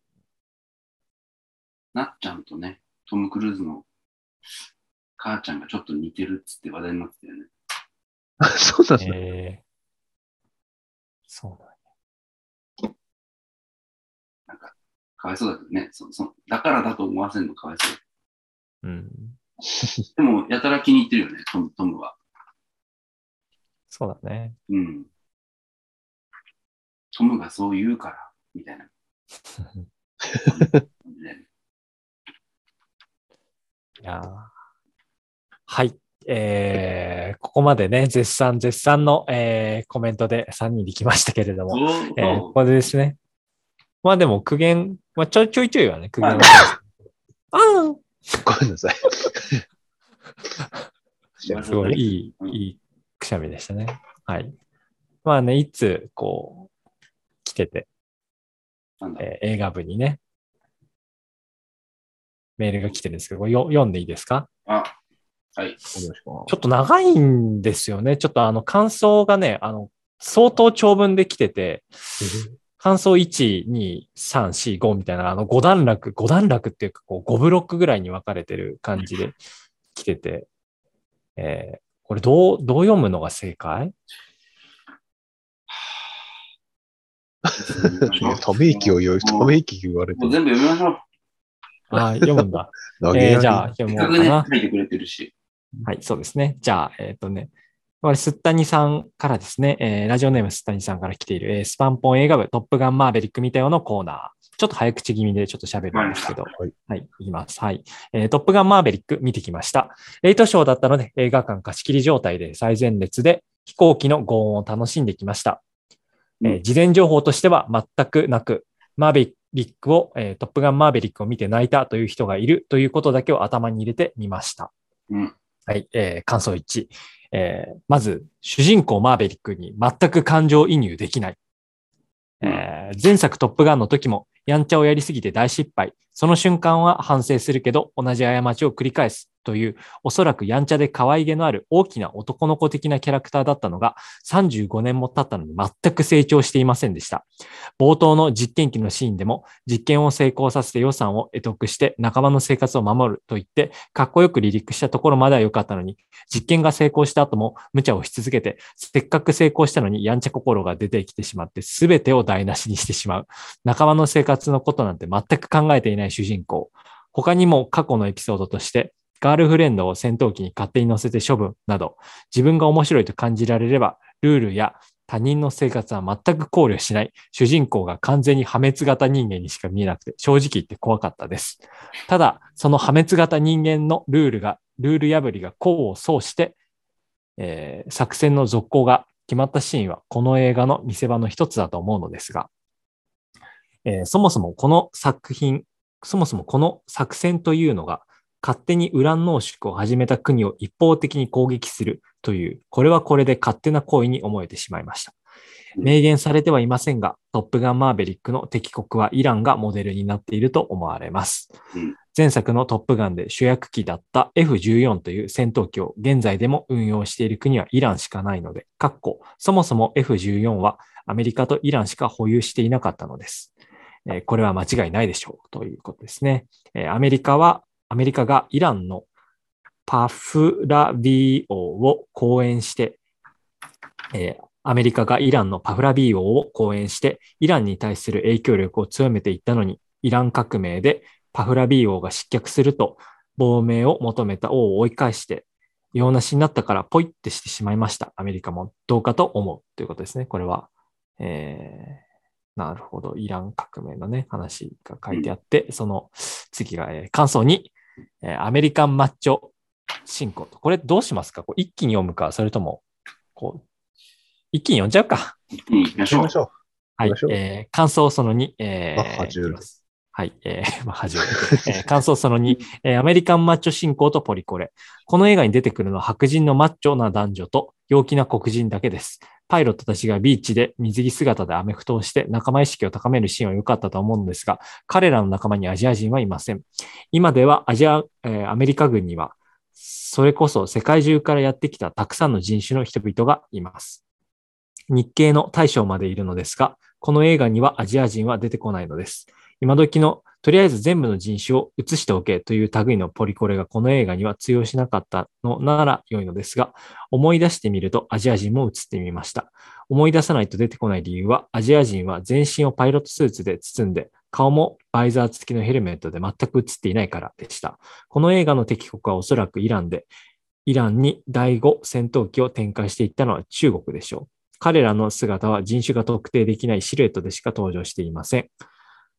なっちゃんとね、トム・クルーズの母ちゃんがちょっと似てるっつって話題になってたよね。 あ、そうなんだ。 えー、そうなんや。 なんか、かわいそうだけどね。そそだからだと思わせるのかわいそう。 うん。 でも、やたら気に入ってるよね、トムトムは。 そうだね。 うん。トムがそう言うから、みたいな。 いやーはい。えー、ここまでね、絶賛絶賛の、えー、コメントでさんにんできましたけれども、 そうえー、ここでですね。まあでも苦言、まあちょいちょいちょいはね、苦言はああごめんなさい。 すごいいい、いいくしゃみでしたね。はい。まあね、いつ、こう、来てて、えー映画部にね、メールが来てるんですけど、これよ読んでいいですか？ あ、はい。お願いしちょっと長いんですよね。ちょっとあの感想がね、あの、相当長文で来てて、感想いち、に、さん、よん、ごみたいな、あのご段落、ご段落っていうか、こうごブロックぐらいに分かれてる感じで来てて、えー、これどう、どう読むのが正解？ ため息を言う、ため息言われてもう全部読みましょう。 ああ、読むんだ。 投げやりえー、じゃあ読せっかくね、 もうかな。 書いてくれてるし。 はい、そうですね。じゃあ、えっ、とね、これ、すったにさんからですね、えーラジオネームすったにさんから来ている、えースパンポン映画部、トップガンマーベリック見たよのコーナー。ちょっと早口気味でちょっと喋るんですけど、 はい。 はい、いきます。はい、えートップガンマーベリック見てきました。レイトショーだったので、映画館貸し切り状態で最前列で飛行機の轟音を楽しんできました。えー事前情報としては全くなく、マーベリックを、えートップガンマーベリックを見て泣いたという人がいるということだけを頭に入れてみました。 うん。 はい、えー感想いち、えーまず、主人公マーベリックに全く感情移入できない。えー前作トップガンの時も、やんちゃをやりすぎて大失敗。その瞬間は反省するけど、同じ過ちを繰り返すという、おそらくやんちゃで可愛げのある大きな男の子的なキャラクターだったのが、さんじゅうごねんも経ったのに全く成長していませんでした。冒頭の実験機のシーンでも、実験を成功させて予算を得得して仲間の生活を守ると言って、かっこよく離陸したところまでは良かったのに、実験が成功した後も無茶をし続けて、せっかく成功したのにやんちゃ心が出てきてしまって、すべてを台無しにしてしまう。仲間の生活のことなんて全く考えていない主人公。他にも過去のエピソードとして、ガールフレンドを戦闘機に勝手に乗せて処分など、自分が面白いと感じられれば、ルールや他人の生活は全く考慮しない主人公が完全に破滅型人間にしか見えなくて、正直言って怖かったです。ただ、その破滅型人間のルールが、ルール破りが功を奏して、えー作戦の続行が決まったシーンはこの映画の見せ場の一つだと思うのですが、えーそもそもこの作品、そもそもこの作戦というのが勝手にウラン濃縮を始めた国を一方的に攻撃するという、これはこれで勝手な行為に思えてしまいました。明言されてはいませんが、トップガンマーベリックの敵国はイランがモデルになっていると思われます。 うん前作のトップガンで主役機だった エフじゅうよん という戦闘機を現在でも運用している国はイランしかないので、かっこそもそも エフじゅうよん はアメリカとイランしか保有していなかったのです。えーこれは間違いないでしょうということですね。えーアメリカは、アメリカがイランのパフラビー王を講演して、えーアメリカがイランのパフラビー王を講演して、イランに対する影響力を強めていったのに、イラン革命でパフラビー王が失脚すると、亡命を求めた王を追い返して、用なしになったからポイってしてしまいました。アメリカもどうかと思うということですね。これは。えーなるほど。イラン革命のね、話が書いてあって、その次が、えー感想に、えーアメリカンマッチョ進行と。これどうしますか？こう一気に読むか、それとも、こう、一気に読んじゃうか。 一気に行きましょう行きま。しょう。 はい行きましょ。うえー感想そのに、えーマッハじゅういきますはい、えー、まあ、はじめ、えー感想そのに、えーアメリカンマッチョ進行とポリコレ。この映画に出てくるのは白人のマッチョな男女と陽気な黒人だけです。パイロットたちがビーチで水着姿でアメフトをして仲間意識を高めるシーンは良かったと思うのですが、彼らの仲間にアジア人はいません。今ではアジア、えーアメリカ軍には、それこそ世界中からやってきたたくさんの人種の人々がいます。日系の大将までいるのですが、この映画にはアジア人は出てこないのです。今時のとりあえず全部の人種を映しておけという類のポリコレがこの映画には通用しなかったのなら良いのですが、思い出してみるとアジア人も映ってみました。思い出さないと出てこない理由は、アジア人は全身をパイロットスーツで包んで、顔もバイザー付きのヘルメットで全く映っていないからでした。この映画の敵国はおそらくイランで、イランにだいご戦闘機を展開していったのは中国でしょう。彼らの姿は人種が特定できないシルエットでしか登場していません。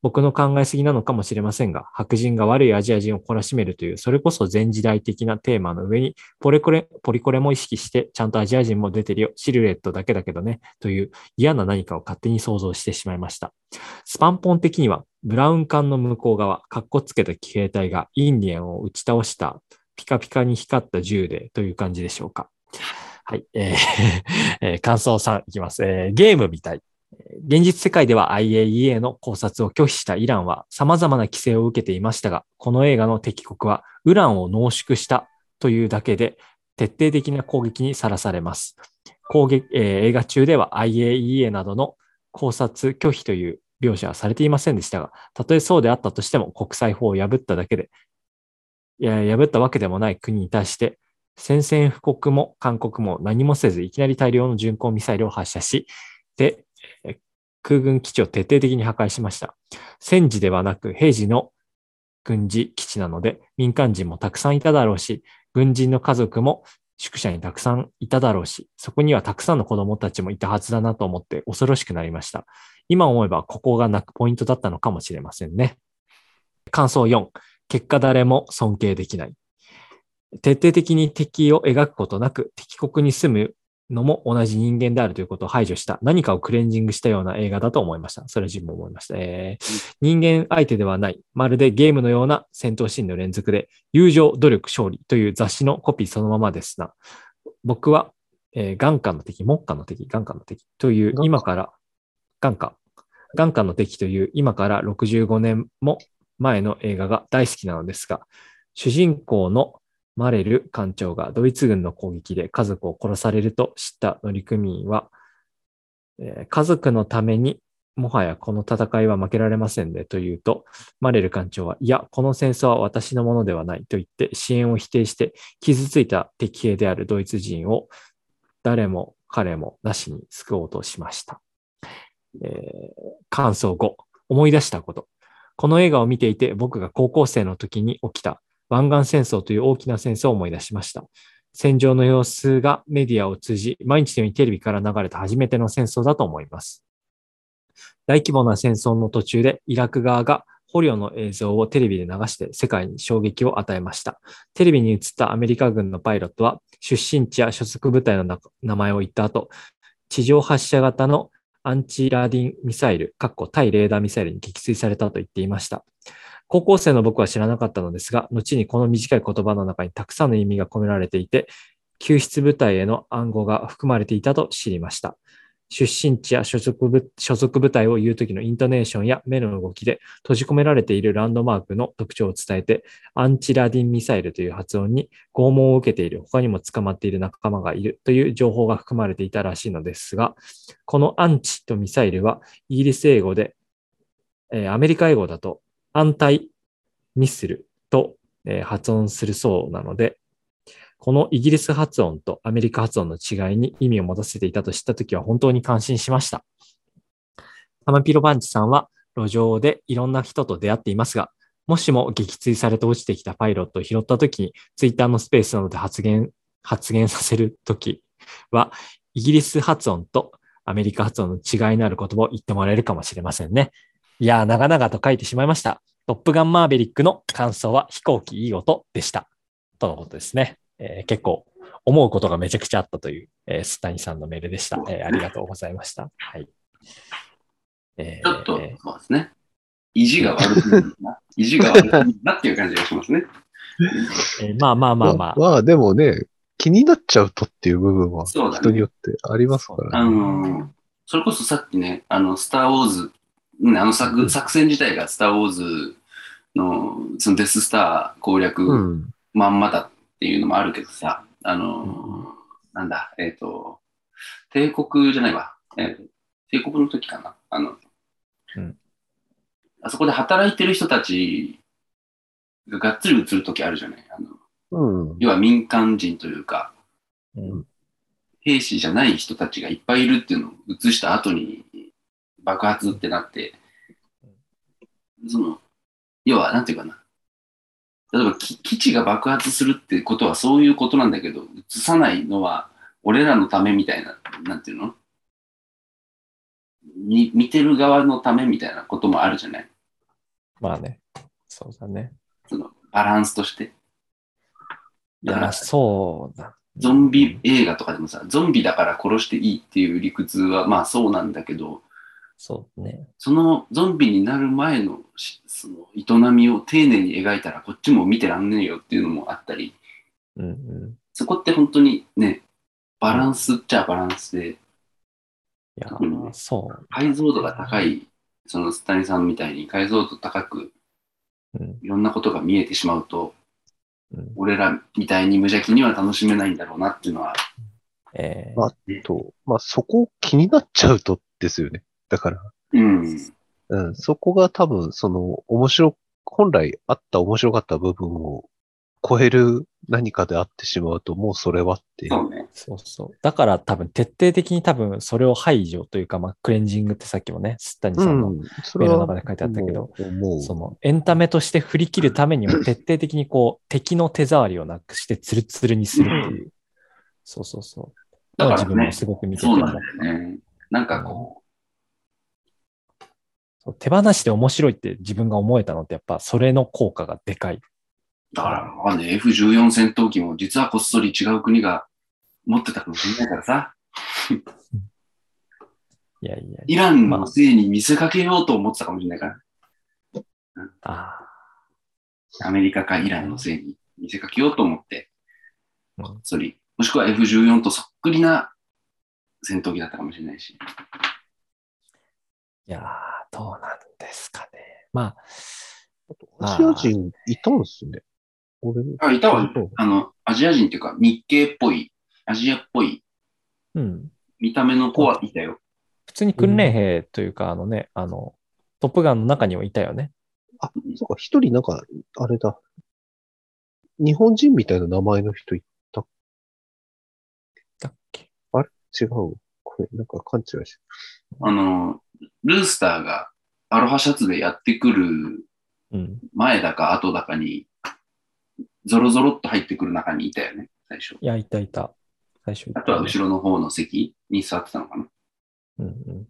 僕の考えすぎなのかもしれませんが、白人が悪いアジア人を懲らしめるという、それこそ前時代的なテーマの上に、ポリコレ、ポリコレも意識して、ちゃんとアジア人も出てるよ、シルエットだけだけどね、という嫌な何かを勝手に想像してしまいました。スパンポン的には、ブラウン管の向こう側、かっこつけた騎兵隊がインディアンを打ち倒したピカピカに光った銃でという感じでしょうか。はい。えーえー、感想さんいきます、えー。ゲームみたい。現実世界では アイエーイーエー の考察を拒否したイランは様々な規制を受けていましたが、この映画の敵国はウランを濃縮したというだけで徹底的な攻撃にさらされます。攻撃、えー、映画中では アイエーイーエー などの考察拒否という描写はされていませんでしたが、たとえそうであったとしても国際法を破っただけで、いや破ったわけでもない国に対して、宣戦布告も勧告も何もせず、いきなり大量の巡航ミサイルを発射し、で、空軍基地を徹底的に破壊しました。戦時ではなく平時の軍事基地なので、民間人もたくさんいただろうし、軍人の家族も宿舎にたくさんいただろうし、そこにはたくさんの子供たちもいたはずだなと思って恐ろしくなりました。今思えばここが泣くポイントだったのかもしれませんね。感想よん、結果誰も尊敬できない。徹底的に敵を描くことなく、敵国に住むのも同じ人間であるということを排除した、何かをクレンジングしたような映画だと思いました。それは自分も思いました。えー、人間相手ではない、まるでゲームのような戦闘シーンの連続で、友情、努力、勝利という雑誌のコピーそのままですな。僕は、えー、眼下の敵、目下の敵、眼下の敵という今から、眼下、眼下の敵という今からろくじゅうごねんも前の映画が大好きなのですが、主人公のマレル艦長がドイツ軍の攻撃で家族を殺されると知った乗組員は、えー、家族のためにもはやこの戦いは負けられませんねと言うと、マレル艦長は、いや、この戦争は私のものではないと言って支援を否定して傷ついた敵兵であるドイツ人を誰も彼もなしに救おうとしました。えー、感想ご、思い出したこと。この映画を見ていて僕が高校生の時に起きた湾岸戦争という大きな戦争を思い出しました。戦場の様子がメディアを通じ、毎日のようにテレビから流れた初めての戦争だと思います。大規模な戦争の途中でイラク側が捕虜の映像をテレビで流して世界に衝撃を与えました。テレビに映ったアメリカ軍のパイロットは出身地や所属部隊の名前を言った後、地上発射型のアンチラーディンミサイル、対レーダーミサイルに撃墜されたと言っていました。高校生の僕は知らなかったのですが、後にこの短い言葉の中にたくさんの意味が込められていて、救出部隊への暗号が含まれていたと知りました。出身地や所属部、所属部隊を言うときのイントネーションや目の動きで閉じ込められているランドマークの特徴を伝えて、アンチラディンミサイルという発音に拷問を受けている他にも捕まっている仲間がいるという情報が含まれていたらしいのですが、このアンチとミサイルはイギリス英語で、えー、アメリカ英語だとアンタイミッスルと、えー、発音するそうなので、このイギリス発音とアメリカ発音の違いに意味を持たせていたと知ったときは本当に感心しました。タマピロパンチさんは路上でいろんな人と出会っていますが、もしも撃墜されて落ちてきたパイロットを拾ったときにツイッターのスペースなどで発言、発言させるときはイギリス発音とアメリカ発音の違いのある言葉を言ってもらえるかもしれませんね。いやー、長々と書いてしまいました。トップガンマーヴェリックの感想は飛行機いい音でした。とのことですね。えー、結構思うことがめちゃくちゃあったという、えー、須谷さんのメールでした、えー。ありがとうございました。はい。 えー、ちょっと、そうですね。意地が悪くな、意地が悪くなっていう感じがしますね。 えー、まあまあまあまあ。 まあでもね、気になっちゃうとっていう部分は人によってありますからね。 あのー、それこそさっきね、あの、スター・ウォーズ、あの 作, 作戦自体がスター・ウォーズのそのデススター攻略まんまだっていうのもあるけどさ、あの、うん、なんだ、えっ、ー、と、帝国じゃないわ、えー、帝国の時かな、あの、うん、あそこで働いてる人たちががっつり映る時あるじゃない、あの、うん、要は民間人というか、うん、兵士じゃない人たちがいっぱいいるっていうのを映した後に爆発ってなって、その、要は、なんていうかな。例えば、基地が爆発するってことはそういうことなんだけど、映さないのは俺らのためみたいな、なんていうの？見てる側のためみたいなこともあるじゃない。 まあね。そうだね。 そのバランスとして。 いや、 だからそうだ。 ゾンビ映画とかでもさ、ゾンビだから殺していいっていう理屈はまあそうなんだけど、 そうね。 そのゾンビになる前のしその営みを丁寧に描いたらこっちも見てらんねえよっていうのもあったり、 うんうん。 そこって本当にね、バランスっちゃバランスで、 いや特にね、 そう。 解像度が高い、そのスタニさんみたいに解像度高くうんいろんなことが見えてしまうと、 うん、 俺らみたいに無邪気には楽しめないんだろうなっていうのは、 えーまあ、と、まあそこ気になっちゃうとですよね。だから、 うん、 うん、そこが多分、その、面白、本来あった面白かった部分を超える何かであってしまうと、もうそれはっていう。 そうね。 そうそう。だから多分徹底的に多分それを排除というか、まあ、クレンジングってさっきもね、スッタニうさんのん、それメールのは中で書いてあったけど、 もう、思う。 そのエンタメとして振り切るためにも徹底的にこう敵の手触りをなくしてツルツルにするっていう。そうそうそう。 だからね自分もすごく見ててそうなん思った。 だよね。なんかこそう手放しで面白いって自分が思えたのってやっぱそれの効果がでかい。 う、だからわかんない エフじゅうよん 戦闘機も実はこっそり違う国が持ってたかもしれないからさ、 いやいやいイや。 ランのせいに見せかけようと思ってたかもしれないから、 あアメリカかイランのせいに見せかけようと思って、 あ、 こっそり、もしくは エフじゅうよん とそっくりな戦闘機だったかもしれないし。 いやー、どうなんですかね。まあ、 アジア人いたんすね。俺、 あ、いたわ気づかなかっ。 あの、アジア人っていうか日系っぽい、アジアっぽいうん。 見た目の子はいたよ。 普通に訓練兵というか、あのね、あの、トップガンの中にもいたよね。 たあ、そうか、一人なんか、あれだ。日本人みたいな名前の人いた。 だっけ。 あれ違う。これ、なんか勘違いして。 あの、ルースターがアロハシャツでやってくるうん。 前だか後だかに、ゾロゾロっと入ってくる中にいたよね、最初。 いや、いたいた。最初いた、ね。 あとは後ろの方の席に座ってたのかな。 うんうん。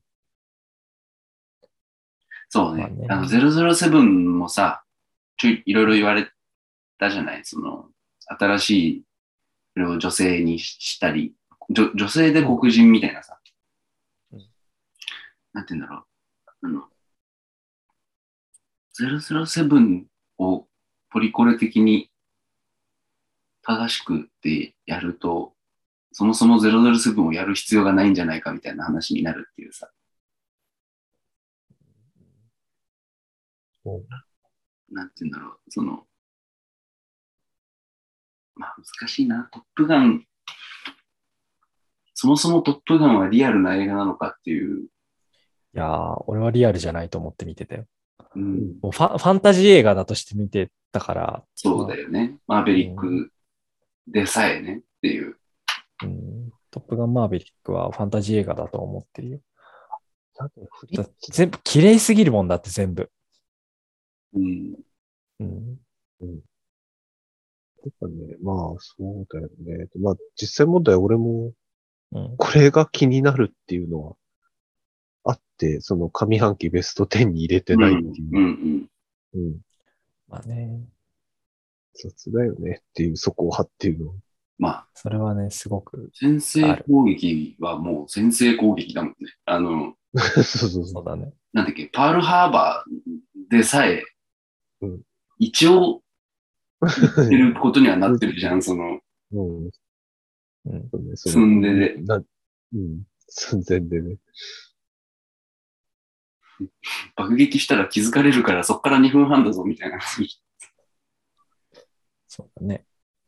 そうね。 まあねあの、ゼロゼロセブンもさ、ちょい、いろいろ言われたじゃない。その、新しい、それを女性にしたり、女女性で黒人みたいなさ、 うんなんて言うんだろう。あの、ゼロゼロセブンをポリコレ的に正しくってやると、そもそもゼロゼロセブンをやる必要がないんじゃないかみたいな話になるっていうさ。なんて言うんだろう。その、まあ難しいな。トップガン、そもそもトップガンはリアルな映画なのかっていう。 いやー、俺はリアルじゃないと思って見てたよ。 うん、 もうファファンタジー映画だとして見てたから。 そうだよね。マーベリックでさえねっていう。 うん、トップガンマーヴェリックはファンタジー映画だと思ってるよ。 だってフリだ全部綺麗すぎるもんだって全部。 うん。 うん。 うん。やっぱね、まあ、そうだよね。まあ、実際問題俺も、 うん。 これが気になるっていうのは、あって、その上半期ベストじゅうに入れてないっていう。 うんうんうん。 まあね。 雑だよねっていう、そこはっていうのは。 まあ、 それはね、すごく先制攻撃はもう先制攻撃だもんね。あの、 そうそうそそうだね。 なんだっけ、パールハーバーでさえ、 うん一応、 う。 ってることにはなってるじゃん、その、 うん。 うん。 そうね、その寸でで。 なうん。寸前でね。 爆撃したら気づかれるからそっからにふんはんだぞみたいな。 そうだね。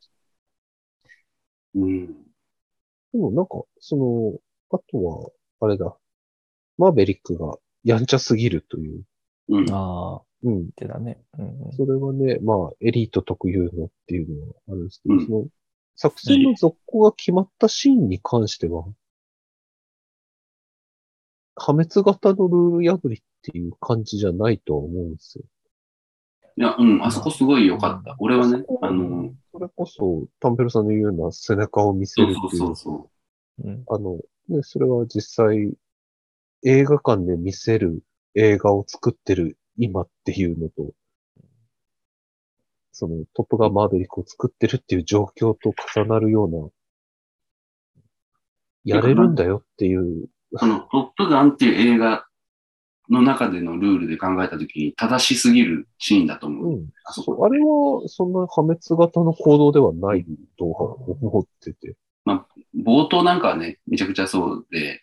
うん。 でもなんか、その、あとは、あれだ。マーベリックがやんちゃすぎるという。 うん。 ああ、 うん。 手だね。うんうん。 それはね、まあ、エリート特有のっていうのはあるんですけど、 うんその、作戦の続行が決まったシーンに関しては、破滅型のルール破りっていう感じじゃないとは思うんですよ。 いや、うん、あそこすごい良かった。俺はねあそこ、 あの、 それこそ、タンペルさんの言うような背中を見せそうそうるっていう、 そうそうん。 あの、ね、それは実際、映画館で見せる映画を作ってる今っていうのと、そのトップガンマーヴェリックを作ってるっていう状況と重なるような、やれるんだよっていう。 そのトップガンっていう映画の中でのルールで考えたときに正しすぎるシーンだと思う。 うん。あそあれは、そんな破滅型の行動ではないと思ってて。 まあ、冒頭なんかはね、めちゃくちゃそうで、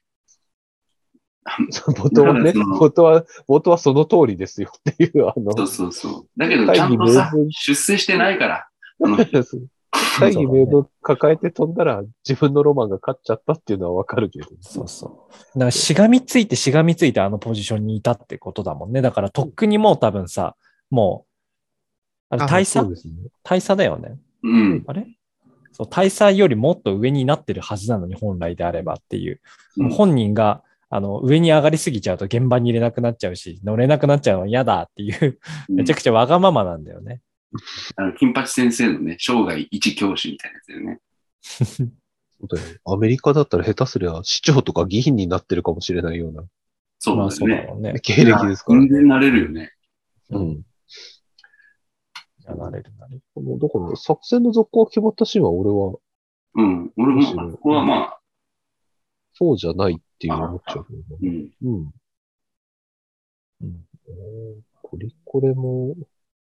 冒頭はね、冒頭は、冒頭はその通りですよっていう、あの、 そうそうそう。だけど、ちゃんとさ、出世してないから、あの大義名分抱えて飛んだら自分のロマンが勝っちゃったっていうのはわかるけど。 そうそう。だからしがみついてしがみついてあのポジションにいたってことだもんね。だからとっくにもう多分さ、もう、あれ大佐、ね、大佐だよね。 うん。 あれそう、大佐よりもっと上になってるはずなのに本来であればっていう。うん、本人があの上に上がりすぎちゃうと現場に入れなくなっちゃうし、乗れなくなっちゃうのは嫌だっていう、めちゃくちゃわがままなんだよね。 あの金八先生のね、生涯一教師みたいなやつだよね。 そうだよ。アメリカだったら下手すりゃ市長とか議員になってるかもしれないような。 そうだね。まあ、 そうだろうね。 経歴ですから、 ね。全然なれるよね。 うん。うん、 いや、なれるなれる。 だから、作戦の続行が決まったシーンは俺は。 うん。俺も、ここはまあ。 そうじゃないっていう思っちゃうけど、 ね。うん。うん。 うん。これ、これも、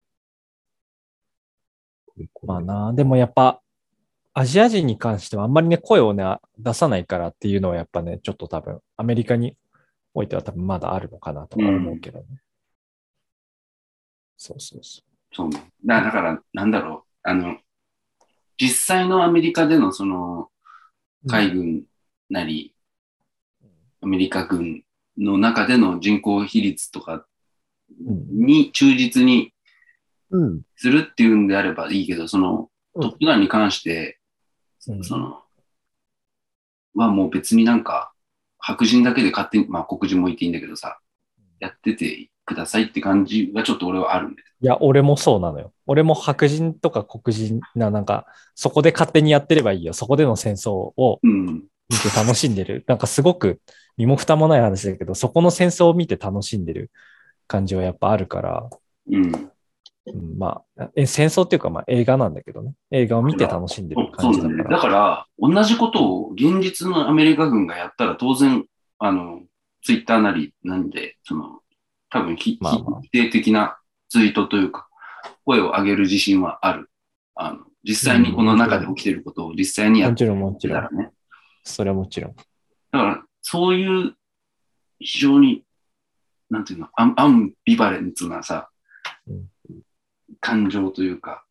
まあな、でもやっぱ、アジア人に関してはあんまりね、声をね、出さないからっていうのはやっぱね、ちょっと多分、アメリカにおいては多分まだあるのかなとは思うけどね。うん、そうそうそう。 そうね。だから、なんだろう。あの、実際のアメリカでのその、海軍なり、うん、アメリカ軍の中での人口比率とかに忠実にするっていうんであればいいけど、その、トップガンに関して、うん、その、はもう別になんか、白人だけで勝手に、まあ黒人もいていいんだけどさ、やっててくださいって感じがちょっと俺はあるんだよ。 いや、俺もそうなのよ。俺も白人とか黒人な、なんか、そこで勝手にやってればいいよ。そこでの戦争を見て楽しんでる。うん、なんかすごく身も蓋もない話だけど、そこの戦争を見て楽しんでる感じはやっぱあるから、 うんうん、まあ、え戦争っていうかまあ映画なんだけどね。映画を見て楽しんでる感じだから。 そうだね。だから、同じことを現実のアメリカ軍がやったら当然、あの、ツイッターなりなんで、その、多分非、まあまあ、否定的なツイートというか、声を上げる自信はある。あの、実際にこの中で起きていることを実際にやってる、 ね、もちろん、もちろん。それはもちろん。 だから、そういう非常に、なんていうの、アン、アンビバレンツなさ、うん感情というか、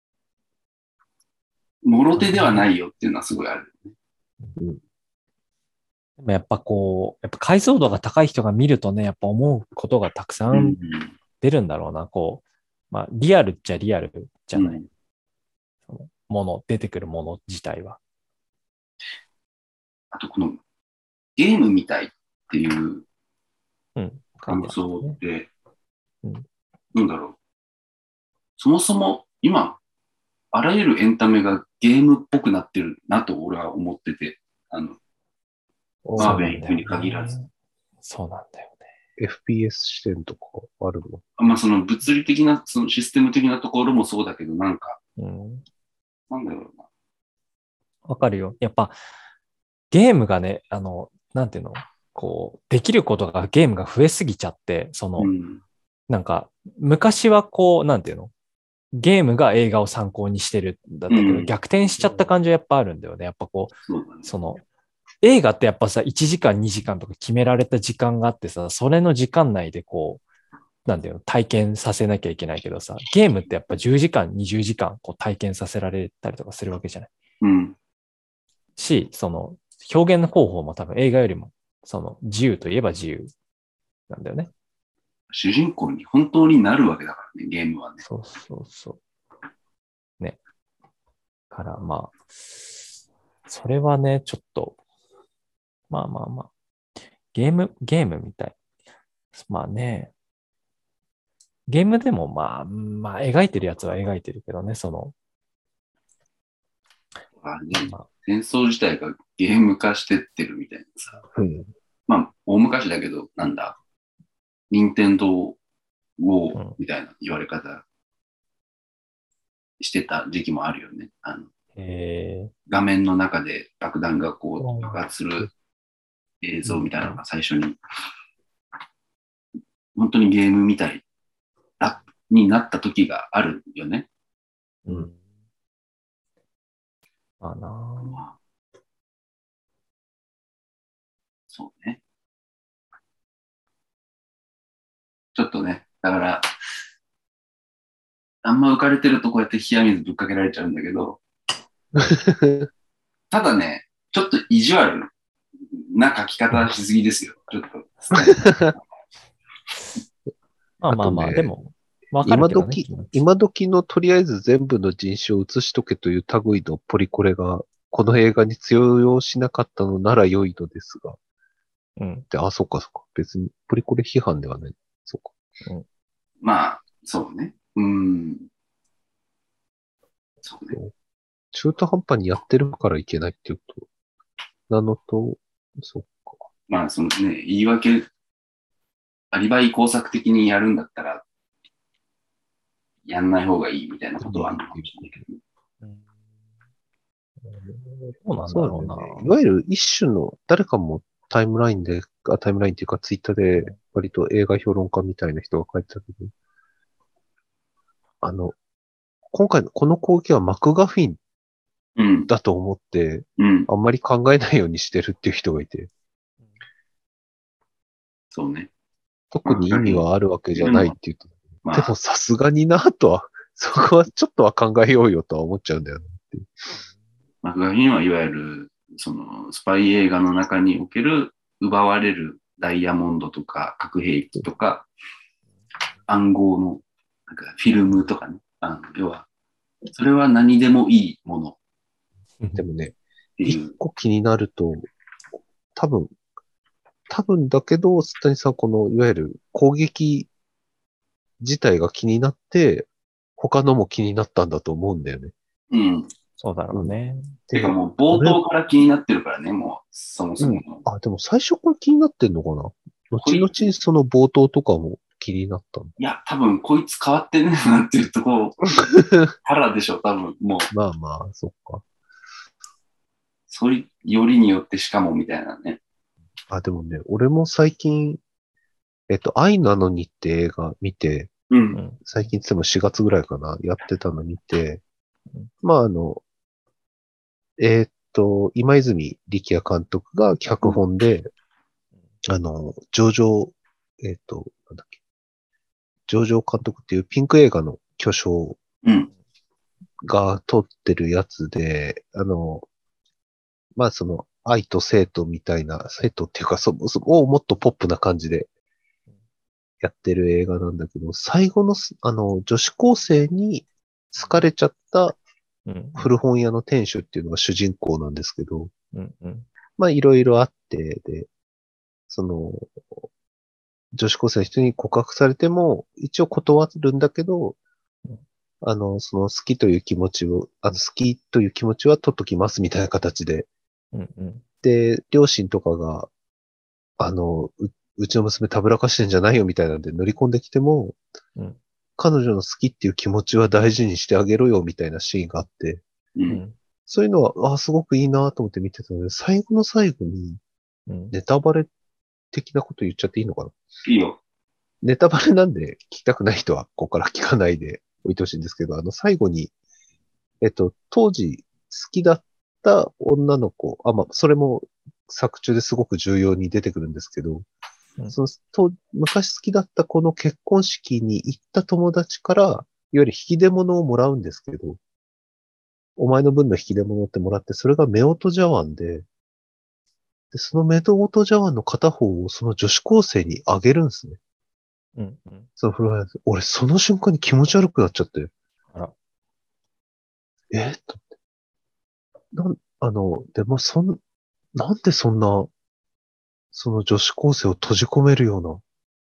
もろ手ではないよっていうのはすごいある、ね。 うん、でもやっぱこう、やっぱ解像度が高い人が見るとね、やっぱ思うことがたくさん出るんだろうな。うん、こう、まあ、リアルっちゃリアルじゃない。うん、そのもの、出てくるもの自体は。 あと、このゲームみたいっていう感想って、うんねうん、なんだろう。そもそも今、あらゆるエンタメがゲームっぽくなってるなと俺は思ってて、あの、マーベリックに限らず。 そうなんだよね。 エフピーエス 視点とかあるの？ まあその物理的な、そのシステム的なところもそうだけど、なんか、うん、なんだろうな。 わかるよ。やっぱ、ゲームがね、あの、なんていうのこう、できることがゲームが増えすぎちゃって、その、うん、なんか、昔はこう、なんていうのゲームが映画を参考にしてるんだったけど、うん、逆転しちゃった感じはやっぱあるんだよね。やっぱこう、うその、映画ってやっぱさ、いちじかん、にじかんとか決められた時間があってさ、それの時間内でこう、なんていうの、体験させなきゃいけないけどさ、ゲームってやっぱじゅうじかん、にじゅうじかんこう体験させられたりとかするわけじゃない。 うん。 し、その、表現方法も多分映画よりも、その、自由といえば自由なんだよね。 主人公に本当になるわけだからね、ゲームはね。 そうそうそう。ね。からまあ、それはね、ちょっと、まあまあまあ、ゲーム、ゲームみたい。まあね、ゲームでもまあ、まあ描いてるやつは描いてるけどね、その。 あねまあ、戦争自体がゲーム化してってるみたいなさ。うん、まあ、大昔だけど、なんだ、任天堂おうんーみたいな言われ方してた時期もあるよね。あのへえ。 画面の中で爆弾がこうんう爆発する映像みたいなのが最初に、本当にゲームみたいだになった時があるよね。 うん。まあなまあそうね。ちょっとね、だから、あんま浮かれてるとこうやって冷や水ぶっかけられちゃうんだけど、ただね、ちょっと意地悪な書き方しすぎですよ。ちょっと。 まあまあまあ、 あとねでも、わかる今けどね。 時気持、ち今時のとりあえず全部の人種を写しとけという類のポリコレが、この映画に通用しなかったのなら良いのですが。 うん。 で、あ、そっかそっか。別にポリコレ批判ではない。そっか。 まあ、そうね。うん。そうね。 中途半端にやってるからいけないっていうと、なのと、そっか。 まあ、そのね、言い訳、アリバイ工作的にやるんだったら、やんない方がいいみたいなことはあるのかもしれないけどね。 うんどうなんだろうな。 そうだよね。いわゆる一種の、誰かもタイムラインで、あタイムラインっていうかツイッターで、割と映画評論家みたいな人が書いてたけど、あの、今回のこの攻撃はマクガフィンうん。 だと思って、 うん。 あんまり考えないようにしてるっていう人がいて、 そうね。 特に意味はあるわけじゃないって言ってた。 まあ、 でもさすがになとは、そこはちょっとは考えようよとは思っちゃうんだよね。 マクガフィンはいわゆる、その、スパイ映画の中における奪われるダイヤモンドとか核兵器とか暗号のなんかフィルムとかね。あの要は、それは何でもいいものっでもね、 ていう。 一個気になると、多分、多分だけど、スタニさん、この、いわゆる攻撃自体が気になって、他のも気になったんだと思うんだよね。 うん。 そうだろうね。 てかで、 もう冒俺、 頭から気になってるからね、もう、そもそうん。 もの。 あ、でも最初から気になってんのかな後こい 々にその冒頭とかも気になったの。 いや、多分こいつ変わってねえなっていうところからでしょ、多分もう。 まあまあ、そっか。 そういうよりによってしかもみたいなね。 あ、でもね、俺も最近、えっと、愛なのにって映画見て、 う。 うんん。 最近つもしがつぐらいかな、やってたの見てうん、 まああの、えーっと、今泉力也監督が脚本で、あの、上場、えーっと、なんだっけ、上場監督っていうピンク映画の巨匠うん。 が撮ってるやつで、あの、まあその、愛と生徒みたいな、生徒っていうか、そもそもをもっとポップな感じでやってる映画なんだけど、最後のす、あの、女子高生に好かれちゃったうん。 古本屋の店主っていうのが主人公なんですけど、 うん。うん。 まあいろいろあって、で、その、女子高生の人に告白されても、一応断るんだけど、あの、その好きという気持ちを、あの、好きという気持ちは取っときますみたいな形で、 うん。うん。 で、両親とかが、あの、う、うちの娘たぶらかしてんじゃないよみたいなんで乗り込んできても、 うん。 彼女の好きっていう気持ちは大事にしてあげろよみたいなシーンがあって、 う。 うんん。 そういうのは、あ、すごくいいなと思って見てたので、最後の最後にうん。 ネタバレ的なこと言っちゃっていいのかないいよ。 ネタバレなんで聞きたくない人はここから聞かないでおいてほしいんですけど、あの最後に、えっと、当時好きだった女の子、あ、まあ、それも作中ですごく重要に出てくるんですけど、 うんそのと昔好きだった子の結婚式に行った友達から、いわゆる引き出物をもらうんですけど、お前の分の引き出物ってもらって、それが夫婦茶碗で、で、その夫婦茶碗の片方をその女子高生にあげるんですね。 うん。うん。 そのフロアで。俺、その瞬間に気持ち悪くなっちゃって。 あら。 えーと、なん、あの、でも、そん、なんでそんな、その女子高生を閉じ込めるような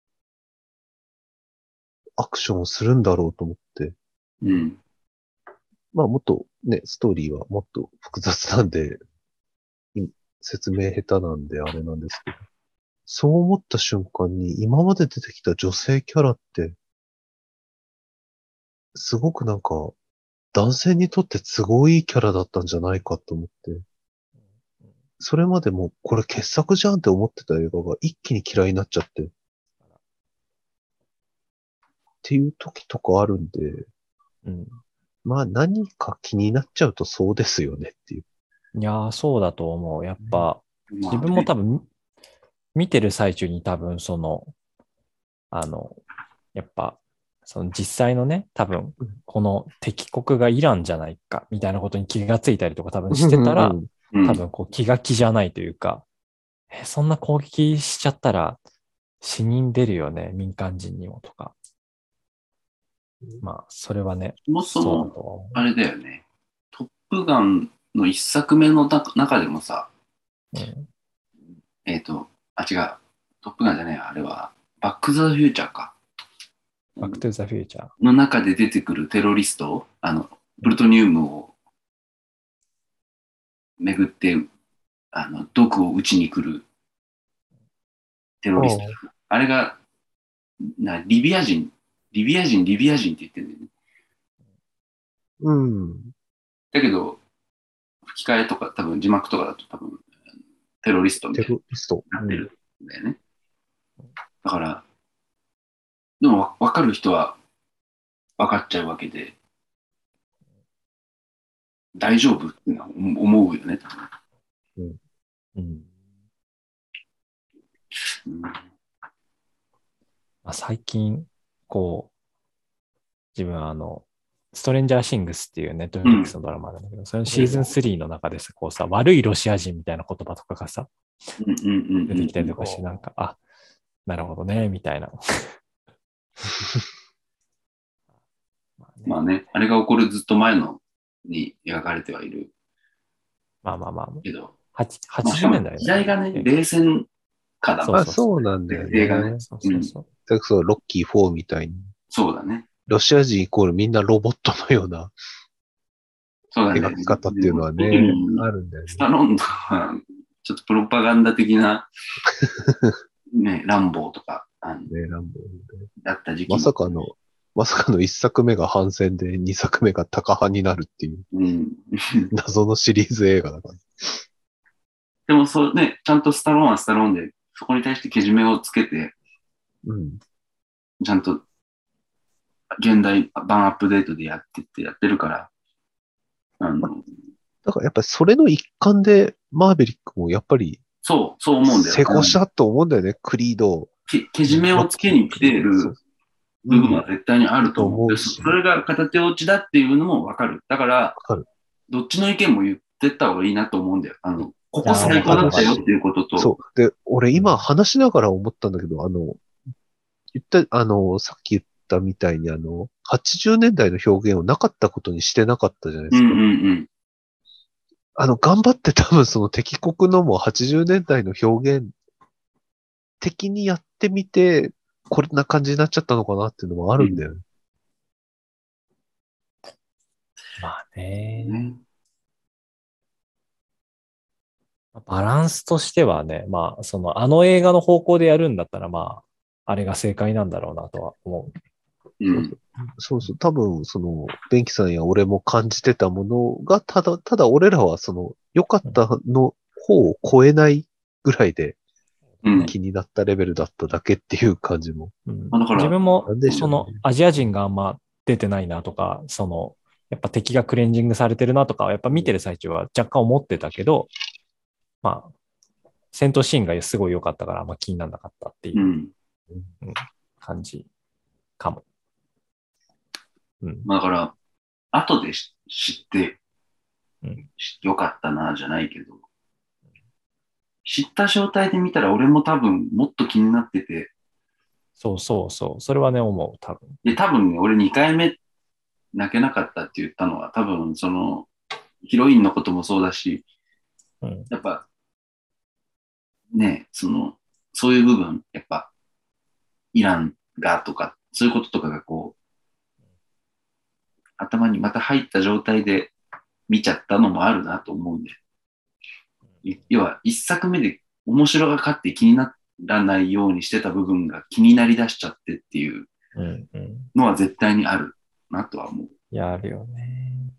アクションをするんだろうと思って。 うん。 まあ、もっとね、ストーリーはもっと複雑なんで、い説明下手なんであれなんですけど。そう思った瞬間に、今まで出てきた女性キャラって、 すごくなんか、男性にとって都合いいキャラだったんじゃないかと思って、それまでもうこれ傑作じゃんって思ってた映画が一気に嫌いになっちゃって、っていう時とかあるんで、 うん。 まあ何か気になっちゃうとそうですよねっていう。 いやー、そうだと思う。やっぱ、自分もまあね、 多分、見てる最中に多分、その、あの、やっぱ、その実際のね、多分、この敵国がイランじゃないか、みたいなことに気がついたりとか多分してたら、 うん。 多分こう気が気じゃないというか、え、そんな攻撃しちゃったら死人出るよね、民間人にもとか。まあ、それはね、 そもそそうだとも、 は思あれだよね。トップガンの一作目の中中でもさ、 う。うん。 えっと、あ、違う。トップガンじゃねえや、あれは、バック・ザ・フューチャーか。 バックトゥザフューチャー。 の中で出てくるテロリスト、あの、プルトニウムをめぐって、あの、毒を撃ちに来るテロリスト。あれが、な、リビア人、リビア人、リビア人って言ってるんだよね。 うん。 だけど、吹き替えとか、多分字幕とかだと多分、テロリストみテたいにロリスト。 なってるんだよね。だから、でもわ分かる人は分かっちゃうわけで、大丈夫ってのは思うよね。 うん。 うん。 うん、 まあ、最近、こう、自分はあの、ストレンジャーシングスっていうネットフリックスのドラマなんだけど、そのシーズンスリーの中でさ、こうさ、悪いロシア人みたいな言葉とかがさ、 うんうんうん出てきたうんりとかして、なんか、あ、なるほどね、みたいな。まあね、 まあね、あれが起こるずっと前のに描かれてはいるまあまあまあ、 けど、 はちまあ、し 80 かも年代だよ時代がね、 ね。 冷戦下だもん、 まあそうそうそそうなんだよ設定がね。 ね。 う。そううん、 そうそう。 だからそう、ロッキーフォーみたいに、 そうだね。 ロシア人イコールみんなロボットのようなそうだね。 描き方っていうのは特ね、 にあるんだよね。 スタロンとか、ちょっとプロパガンダ的な、ね、ランボーとか、あのね、ランボーね。 だった時期まも。 さかの、まさかの一作目が反戦で二作目がタカ派になるっていううん、 謎のシリーズ映画だから。 でもそうね、ちゃんとスタローンはスタローンで、そこに対してけじめをつけて、 うん。 ちゃんと現代版アップデートでやってってやってるから、あの、 だからやっぱりそれの一環でマーベリックもやっぱりそう、そう思うんだよ。 成功したと思うんだよね。クリード、 けけじめをつけロッキー、 に来ていそう。 る部分うん。 は絶対にあるとと思う。で思うし、 それが片手落ちだっていうのもわかる。だから、 わかる。 どっちの意見も言ってった方がいいなと思うんだよ。あの、ここいやー、 最高だったよわかるし。 っていうことと、 そう。で、俺今話しながら思ったんだけど、あの、言った、あの、さっき言ったみたいにあの、はちじゅうねんだいの表現をなかったことにしてなかったじゃないでうんうすか。 んあの、頑張って多分その敵国のもはちじゅうねんだいの表現的にやってみて、こんな感じになっちゃったのかなっていうのもあうん。 るんだよね。 まあうん。 ね。 ね。 バランスとしてはね、まあ、その、あの映画の方向でやるんだったら、まあ、あれが正解なんだろうなとは思うん。 そうそう。多分、その、ベンキさんや俺も感じてたものが、ただ、ただ俺らはその、良かったの方を超えないぐらいでうん。 気になったレベルだっただけっていう感じも。 う。うんまあだから、 自分もなん、でしょそうね。 の、アジア人があんま出てないなとか、その、やっぱ敵がクレンジングされてるなとか、やっぱ見てる最中は若干思ってたけど、まあ、戦闘シーンがすごい良かったから、あんま気にならなかったっていう、 うん。 うん感じかも。うん。 まあだから、後でし知ってうんよかったな、じゃないけど、知った状態で見たら俺も多分もっと気になってて、 そうそうそう。それはね、思う、多分。 で、多分ね、俺にかいめ泣けなかったって言ったのは、多分その、ヒロインのこともそうだし、 うん。 やっぱ、ね、その、そういう部分、やっぱ、イランがとか、そういうこととかがこう、頭にまた入った状態で見ちゃったのもあるなと思うんで。い要は、一作目で面白がかって気にならないようにしてた部分が気になりだしちゃってっていううん。うん。 のは絶対にある。 なとは思う。 いや、あるよね。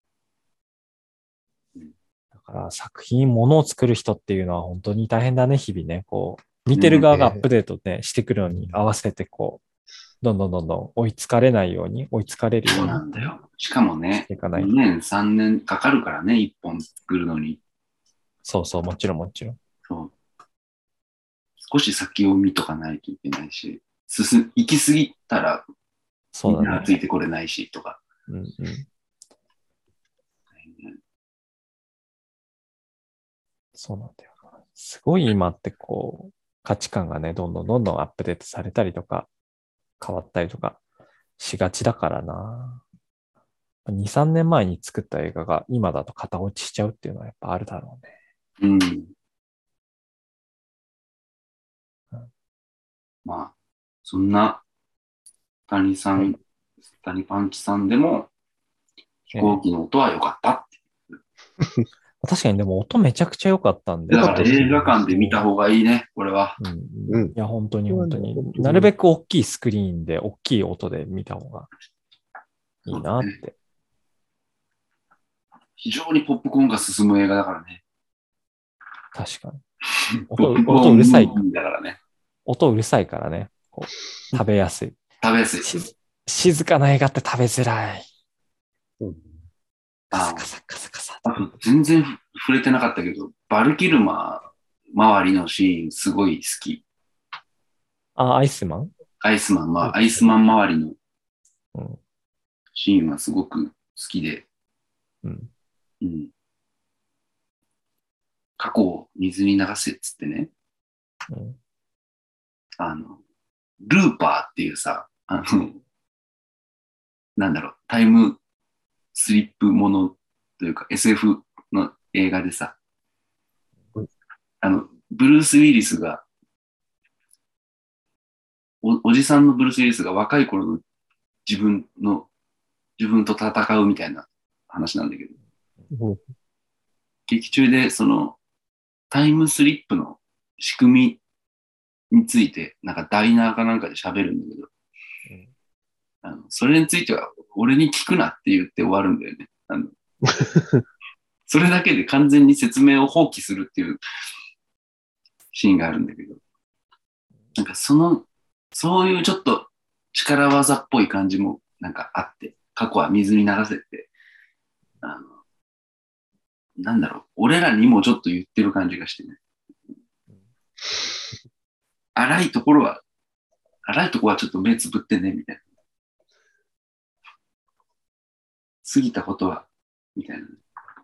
だから作品、ものを作る人っていうのは本当に大変だね、日々ね。こう、見てる側がアップデートね、してくるのに合わせて、こう、どんどんどんどん追いつかれないように、追いつかれるそうようになんだよ。しかもしね、 ていかない。 にねん、さんねんかかるからね、いっぽん作るのに。 そうそう、もちろんもちろん。 そう少し先を見とかないといけないし、進行き過ぎたら、 そうだね。 みんなついてこれないしとか。 うんうん。そうなんだよな。すごい今ってこう、価値観がね、どんどんどんどんアップデートされたりとか、変わったりとかしがちだからな。に、さんねんまえに作った映画が今だと型落ちしちゃうっていうのはやっぱあるだろうね。 うん。 うん、 まあ、そんな、谷さん、 はい、 谷パンチさんでも、飛行機の音は良かったって。 確かにでも音めちゃくちゃ良かったんで。 だから映画館で見た方がいいね、これは。 うんうん、いや、本当に本当に。なるべく大きいスクリーンで、大きい音で見た方がいいなって。 非常にポップコーンが進む映画だからね。 確かに。 音音うるさい。 だからね。 音うるさいからね。こう食べやすい。 食べやすい。 静かな映画って食べづらい。 うん、 カサカサカサカサ。 あと全然触れてなかったけど、バルキルマ周りのシーンすごい好き。 あ、アイスマンアイスマンは、アイスマン周りのうん。 シーンはすごく好きで、 うん。 うん、過去を水に流せっつってね、 うん、 あの、ルーパーっていうさ、あの、なんだろう、タイムスリップものというか エスエフ の映画でさ、 うん、 あの、ブルース・ウィリスがお、おじさんのブルース・ウィリスが若い頃の自分の、自分と戦うみたいな話なんだけど、 うん、 劇中でそのタイムスリップの仕組みについて、なんかダイナーかなんかで喋るんだけど、 うん、 あのそれについては俺に聞くなって言って終わるんだよね。あのそれだけで完全に説明を放棄するっていうシーンがあるんだけど、なんかその、そういうちょっと力技っぽい感じもなんかあって、過去は水に流せて、あの、なんだろう、俺らにもちょっと言ってる感じがしてね。荒いところは、荒いところはちょっと目つぶってね、みたいな。過ぎたことは、みたいな。い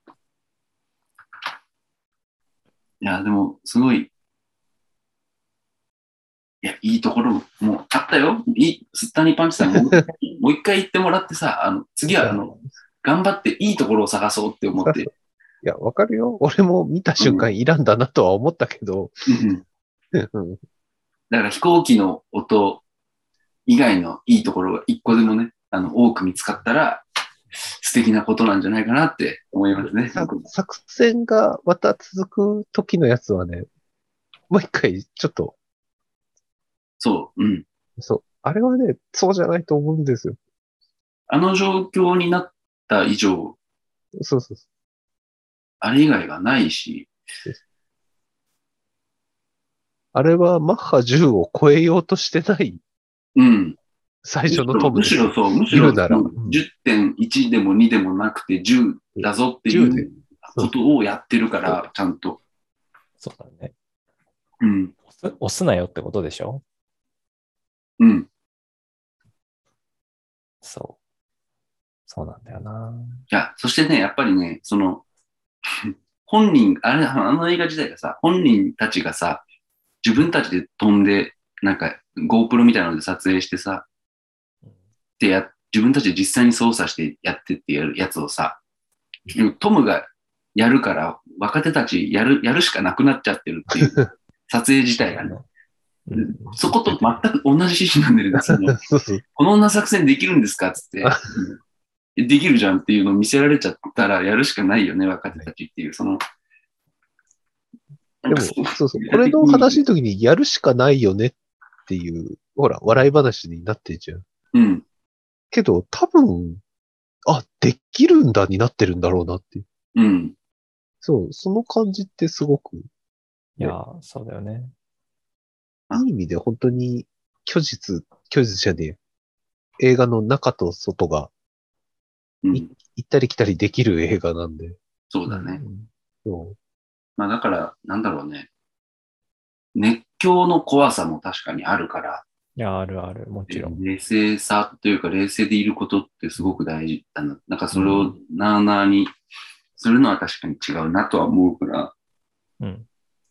や、でも、すごい、いや、いいところもあったよ。いい、スッタニパンチさんも、もう一回言ってもらってさ、あの、次は、あの、頑張っていいところを探そうって思って。いや、わかるよ。俺も見た瞬間いらんだなとは思ったけど。 うん、だから飛行機の音以外のいいところが一個でもね、あの、多く見つかったら、素敵なことなんじゃないかなって思いますね。 作戦がまた続く時のやつはね、もう一回ちょっと。 そう、うん。 そう。あれはね、そうじゃないと思うんですよ。 あの状況になった以上、 そうそうそう。 あれ以外がないし。 あれはマッハじゅうを超えようとしてない。 うん。 最初のトムむしろそう、むしろ じゅってんいち でもにでもなくてじゅうだぞっていうことをやってるから、ちゃんと。 そうだね。 うん。 押す、押すなよってことでしょ？ うん。 そう。そうなんだよな。 いや、そしてね、やっぱりね、その、本人、あれ、あの映画自体がさ、本人たちがさ、自分たちで飛んで、なんか GoPro みたいなので撮影してさ、でや、自分たちで実際に操作してやってってやるやつをさ、トムがやるから、若手たちやる、やるしかなくなっちゃってるっていう、撮影自体がね。うん、そこと全く同じ趣旨なんだけど、そのこの女作戦できるんですかっつって、できるじゃんっていうのを見せられちゃったらやるしかないよね、若手たちっていう、その。 でも、そうそう、これの話の時にやるしかないよねっていう、ほら、笑い話になってんじゃん。 うん。 けど、多分、あ、できるんだになってるんだろうなっていう。 うん。 そう、その感じってすごく、 いやー、そうだよね。 あいい意味で本当に虚実、虚実じゃねえ。映画の中と外がうん。 行ったり来たりできる映画なんで。 そうだね。 うんそまあだから、なんだろうね。熱狂の怖さも確かにあるから、 いや、あるある、もちろん。 冷静さというか冷静でいることってすごく大事だな。なんかそれをうんなあなあにするのは確かに違うなとは思うから、 うん。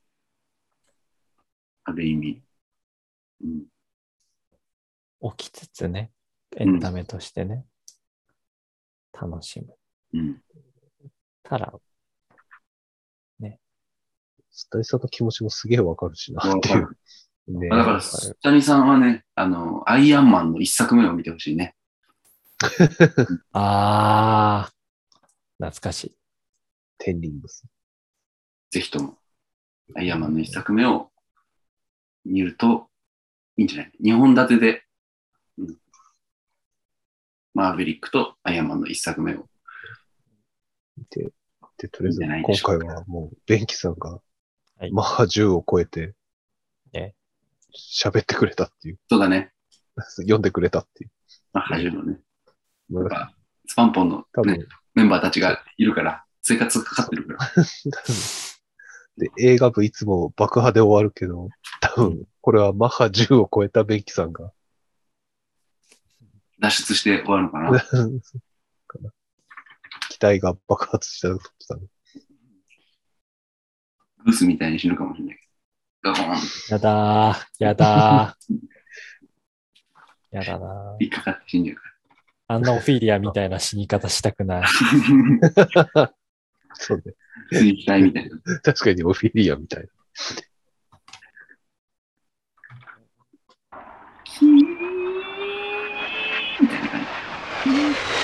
ある意味。うん。 起きつつね、エンタメとしてね、楽しむ。 うん。 たら、 う。スタイさんの気持ちもすげえわかるしなっていう。ねだから、スタニさんはね、あの、アイアンマンの一作目を見てほしいね。 あー、懐かしい。 テンリングス。 ぜひとも、アイアンマンの一作目を見るといいんじゃない？にほん立てで、うん、マーヴェリックとアイアンマンの一作目を。 で、で、とりあえずいいんじゃないで今しょうか回はもう、ベンキさんがはい、 マッハじゅうを超えてね、 喋ってくれたっていう。 そうだね。 読んでくれたっていう。 まあ、初めのね。 まあやっぱスパンポンの、 多分ね、メンバーたちがいるから、生活がかかってるから。 で、映画部いつも爆破で終わるけど、多分、これはマッハじゅうを超えたベンキさんが、 脱出して終わるのかな。 期待が爆発したとしたね。 グースみたいに死ぬかもしれないけど。ガコーンやだー、やだー。やだなー。 引っかかって死んじゃうかあんなオフィリアみたいな死に方したくない。 ら。 そうね。 普通に期待みたいな。 確かにオフィリアみたいな。 キーみたいな感じ。